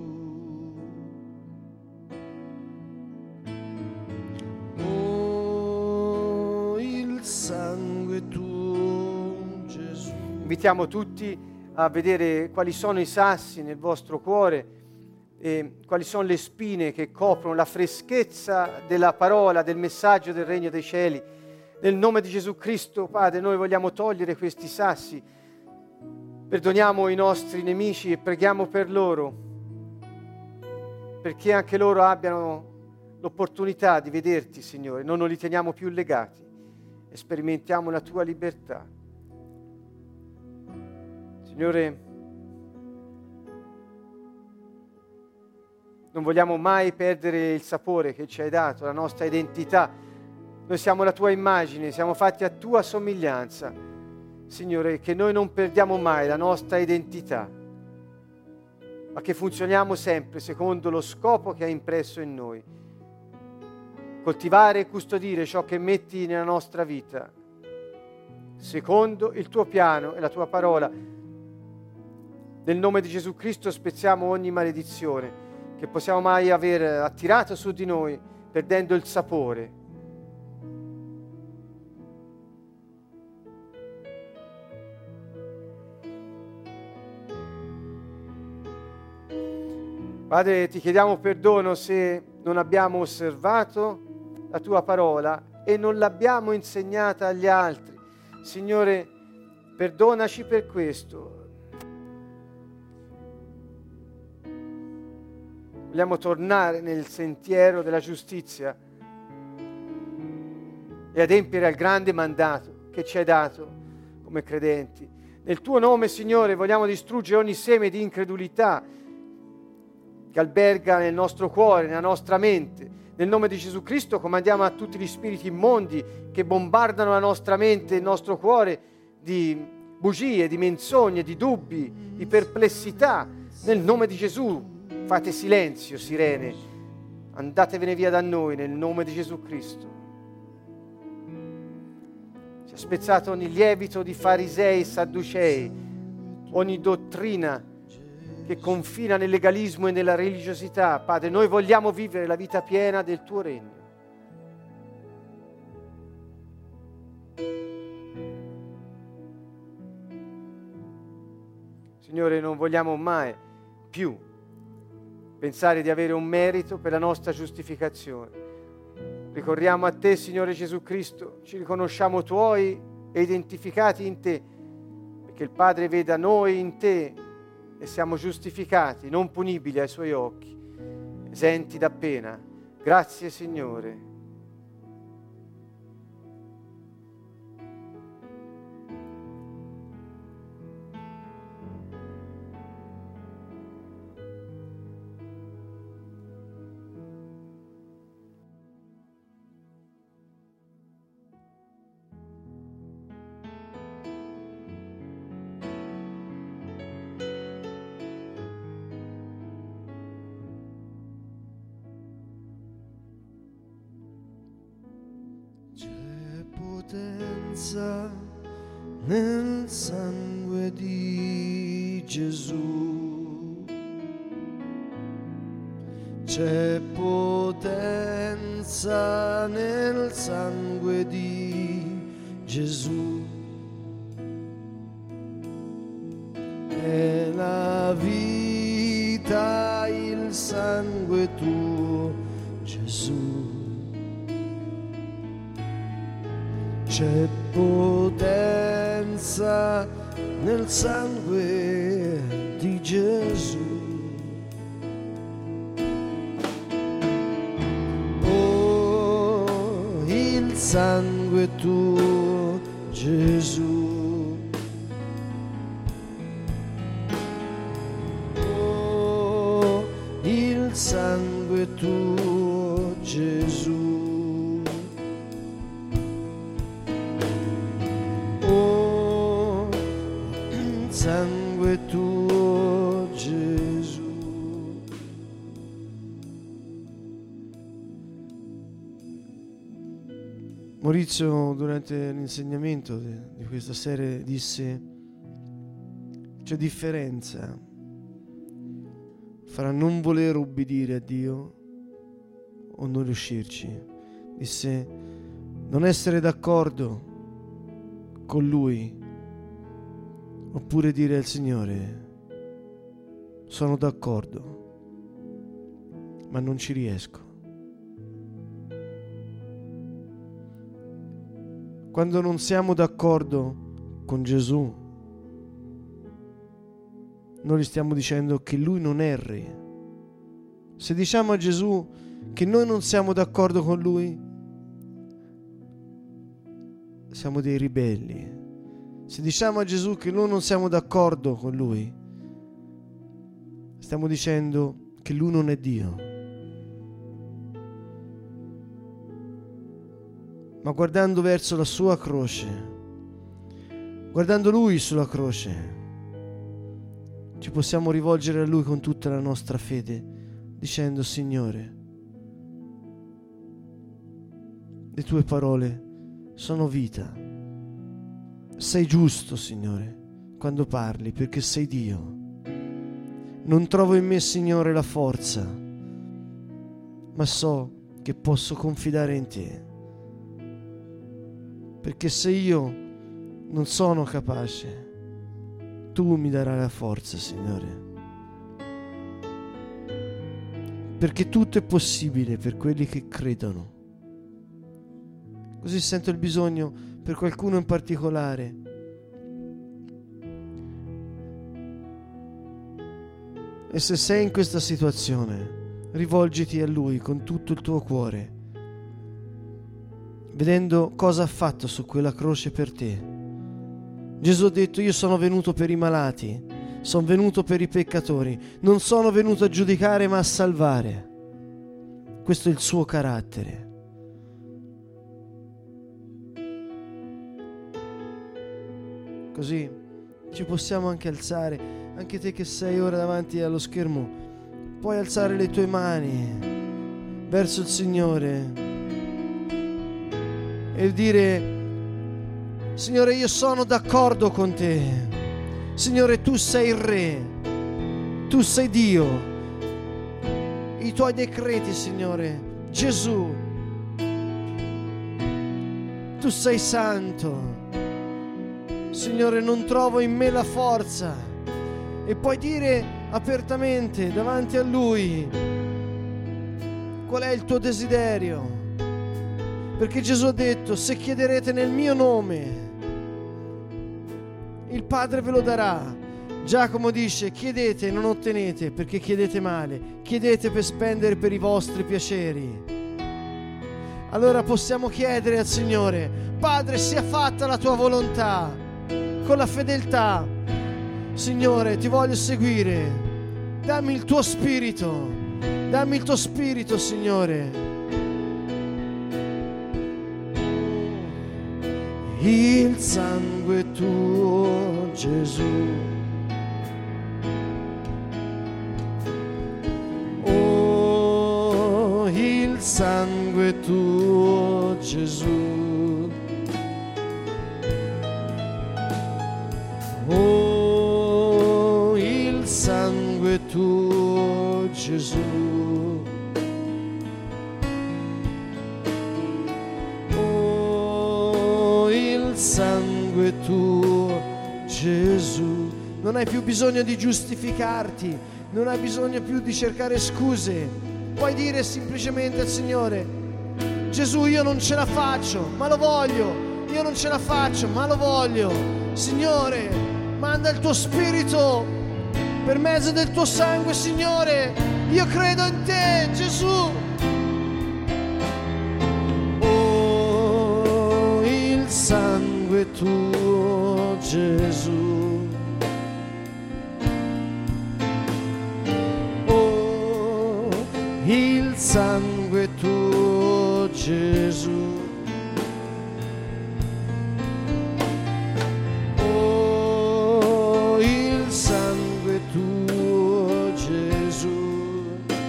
Oh, il sangue tuo, Gesù. Invitiamo tutti a vedere quali sono i sassi nel vostro cuore e quali sono le spine che coprono la freschezza della parola, del messaggio del Regno dei Cieli. Nel nome di Gesù Cristo, Padre, noi vogliamo togliere questi sassi. Perdoniamo i nostri nemici e preghiamo per loro, perché anche loro abbiano l'opportunità di vederti, Signore. Non li teniamo più legati e sperimentiamo la tua libertà. Signore, non vogliamo mai perdere il sapore che ci hai dato, la nostra identità. Noi siamo la tua immagine, siamo fatti a tua somiglianza. Signore, che noi non perdiamo mai la nostra identità, ma che funzioniamo sempre secondo lo scopo che hai impresso in noi. Coltivare e custodire ciò che metti nella nostra vita, secondo il tuo piano e la tua parola. Nel nome di Gesù Cristo spezziamo ogni maledizione che possiamo mai aver attirato su di noi, perdendo il sapore. Padre, ti chiediamo perdono se non abbiamo osservato la tua parola e non l'abbiamo insegnata agli altri. Signore, perdonaci per questo. Vogliamo tornare nel sentiero della giustizia e adempiere al grande mandato che ci hai dato come credenti. Nel tuo nome, Signore, vogliamo distruggere ogni seme di incredulità che alberga nel nostro cuore, nella nostra mente. Nel nome di Gesù Cristo comandiamo a tutti gli spiriti immondi che bombardano la nostra mente e il nostro cuore di bugie, di menzogne, di dubbi, di perplessità. Nel nome di Gesù fate silenzio, sirene, andatevene via da noi nel nome di Gesù Cristo. Si è spezzato ogni lievito di farisei e sadducei, ogni dottrina che confina nel legalismo e nella religiosità. Padre, noi vogliamo vivere la vita piena del tuo regno. Signore, non vogliamo mai più pensare di avere un merito per la nostra giustificazione. Ricorriamo a Te, Signore Gesù Cristo, ci riconosciamo Tuoi e identificati in Te, perché il Padre veda noi in Te e siamo giustificati, non punibili ai Suoi occhi, esenti da pena. Grazie, Signore. Potenza nel sangue di Gesù, c'è potenza nel sangue di Gesù, è la vita il sangue tuo, Gesù. C'è potenza nel sangue di Gesù. Oh, il sangue tuo, Gesù. Oh, il sangue tuo, Gesù. Sangue tuo, Gesù. Maurizio, durante l'insegnamento di questa serie, disse: c'è differenza fra non voler obbedire a Dio o non riuscirci. Disse: non essere d'accordo con Lui, oppure dire al Signore: sono d'accordo, ma non ci riesco. Quando non siamo d'accordo con Gesù, noi gli stiamo dicendo che Lui non è Re. Se diciamo a Gesù che noi non siamo d'accordo con Lui, siamo dei ribelli. Se diciamo a Gesù che noi non siamo d'accordo con Lui, stiamo dicendo che Lui non è Dio. Ma guardando verso la sua croce, guardando Lui sulla croce, ci possiamo rivolgere a Lui con tutta la nostra fede, dicendo: Signore, le tue parole sono vita. Sei giusto, Signore, quando parli, perché sei Dio. Non trovo in me, Signore, la forza, ma so che posso confidare in Te. Perché se io non sono capace, Tu mi darai la forza, Signore. Perché tutto è possibile per quelli che credono. Così sento il bisogno per qualcuno in particolare e se sei in questa situazione, rivolgiti a Lui con tutto il tuo cuore, vedendo cosa ha fatto su quella croce per te. Gesù ha detto: io sono venuto per i malati, sono venuto per i peccatori, non sono venuto a giudicare ma a salvare. Questo è il suo carattere. Così ci possiamo anche alzare, anche te che sei ora davanti allo schermo, puoi alzare le tue mani verso il Signore e dire: Signore, io sono d'accordo con te. Signore, Tu sei il Re, Tu sei Dio. I Tuoi decreti, Signore, Gesù, Tu sei santo. Signore, non trovo in me la forza e puoi dire apertamente davanti a Lui qual è il tuo desiderio. Perché Gesù ha detto: se chiederete nel mio nome, il Padre ve lo darà. Giacomo dice: chiedete e non ottenete perché chiedete male, chiedete per spendere per i vostri piaceri. Allora possiamo chiedere al Signore: Padre, sia fatta la tua volontà, con la fedeltà. Signore, ti voglio seguire, dammi il tuo spirito, Signore. Il sangue tuo, Gesù, oh, il sangue tuo, Gesù, oh, il sangue tuo, Gesù. Sangue tuo, Gesù. Non hai più bisogno di giustificarti, non hai bisogno più di cercare scuse. Puoi dire semplicemente al Signore: Gesù, io non ce la faccio, ma lo voglio. Io non ce la faccio, ma lo voglio. Signore, manda il tuo spirito per mezzo del tuo sangue, Signore. Io credo in te, Gesù. Sangue tuo, Gesù, oh, il sangue tuo, Gesù, oh, il sangue tuo, Gesù,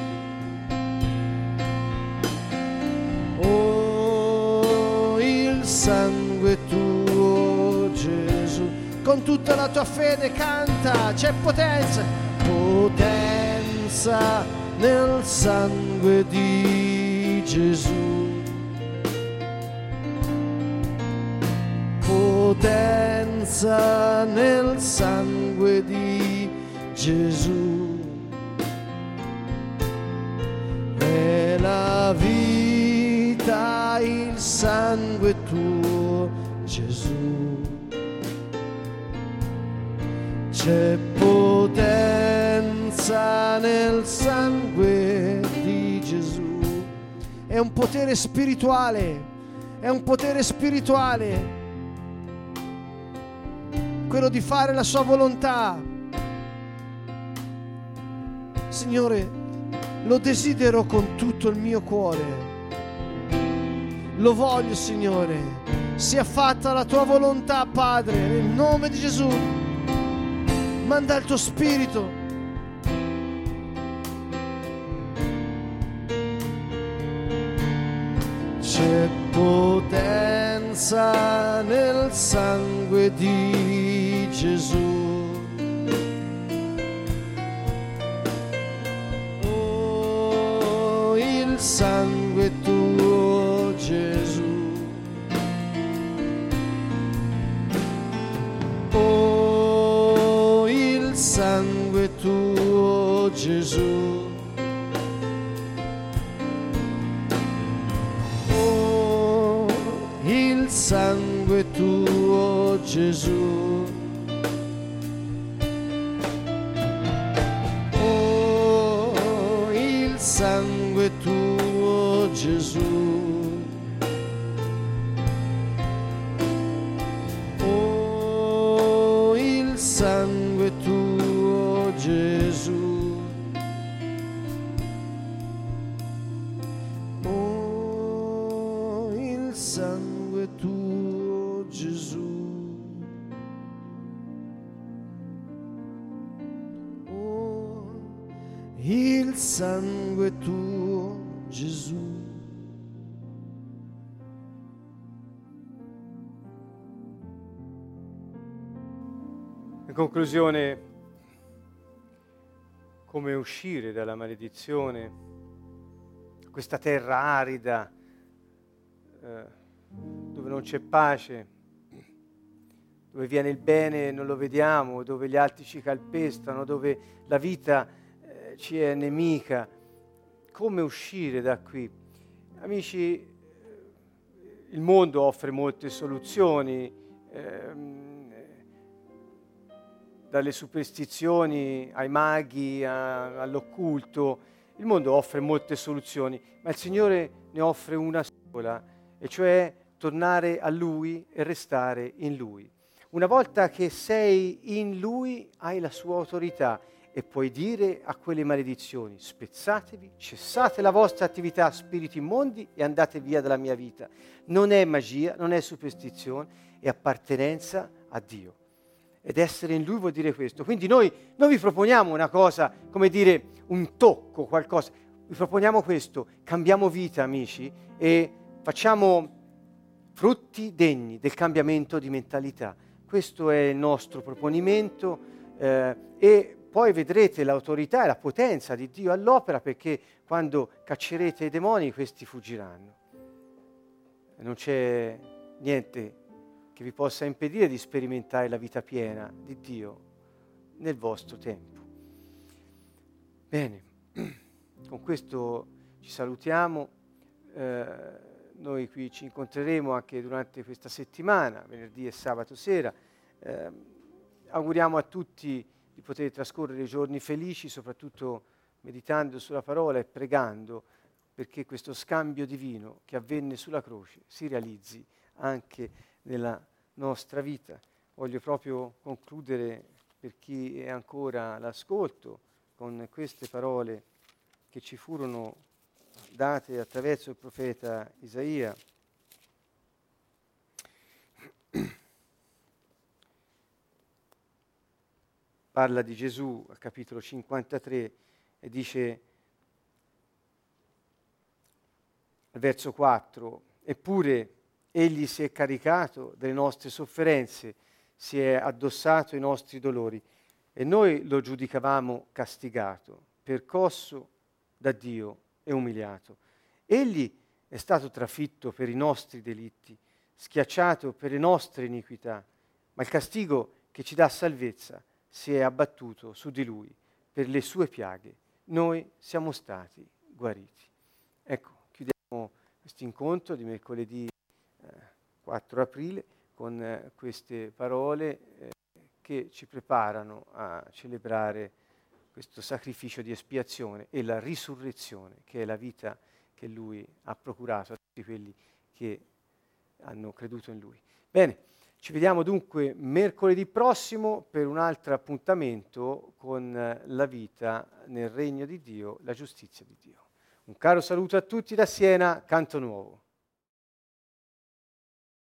oh, il sangue tuo, Gesù. Con tutta la tua fede canta: c'è potenza, potenza nel sangue di Gesù, potenza nel sangue di Gesù, è la vita, il sangue tuo, Gesù. C'è potenza nel sangue di Gesù. È un potere spirituale, è un potere spirituale, quello di fare la sua volontà. Signore, lo desidero con tutto il mio cuore, lo voglio, Signore. Sia fatta la tua volontà, Padre, nel nome di Gesù. Manda il tuo spirito. C'è potenza nel sangue di Gesù. Oh, il sangue tuo, Gesù. Oh, il sangue tuo, Gesù. Oh, il sangue tuo, Gesù. Oh, il sangue tuo, Gesù. Oh, il sangue tuo, Gesù. Oh, il sangue tuo, Gesù. Oh, il sangue tuo, Gesù. In conclusione, come uscire dalla maledizione, questa terra arida, dove non c'è pace, dove viene il bene non lo vediamo, dove gli altri ci calpestano, dove la vita ci è nemica. Come uscire da qui? Amici, il mondo offre molte soluzioni, dalle superstizioni ai maghi, all'occulto. Il mondo offre molte soluzioni, ma il Signore ne offre una sola, e cioè tornare a Lui e restare in Lui. Una volta che sei in Lui, hai la sua autorità e puoi dire a quelle maledizioni: spezzatevi, cessate la vostra attività, spiriti immondi, e andate via dalla mia vita. Non è magia, non è superstizione, è appartenenza a Dio. Ed essere in Lui vuol dire questo. Quindi noi non vi proponiamo una cosa, come dire, un tocco, qualcosa. Vi proponiamo questo: cambiamo vita, amici, e facciamo frutti degni del cambiamento di mentalità. Questo è il nostro proponimento, e poi vedrete l'autorità e la potenza di Dio all'opera, perché quando caccerete i demoni, questi fuggiranno. Non c'è niente che vi possa impedire di sperimentare la vita piena di Dio nel vostro tempo. Bene, con questo ci salutiamo. Noi qui ci incontreremo anche durante questa settimana, venerdì e sabato sera. Auguriamo a tutti di poter trascorrere giorni felici, soprattutto meditando sulla parola e pregando perché questo scambio divino che avvenne sulla croce si realizzi anche nella nostra vita. Voglio proprio concludere, per chi è ancora all'ascolto, con queste parole che ci furono date attraverso il profeta Isaia. Parla di Gesù al capitolo 53 e dice al verso 4: eppure egli si è caricato delle nostre sofferenze, si è addossato i nostri dolori, e noi lo giudicavamo castigato, percosso da Dio e umiliato. Egli è stato trafitto per i nostri delitti, schiacciato per le nostre iniquità, ma il castigo che ci dà salvezza si è abbattuto su di lui. Per le sue piaghe noi siamo stati guariti. Ecco, chiudiamo questo incontro di mercoledì 4 aprile con queste parole che ci preparano a celebrare questo sacrificio di espiazione e la risurrezione, che è la vita che Lui ha procurato a tutti quelli che hanno creduto in Lui. Bene, ci vediamo dunque mercoledì prossimo per un altro appuntamento con la vita nel regno di Dio, la giustizia di Dio. Un caro saluto a tutti da Siena, Canto Nuovo.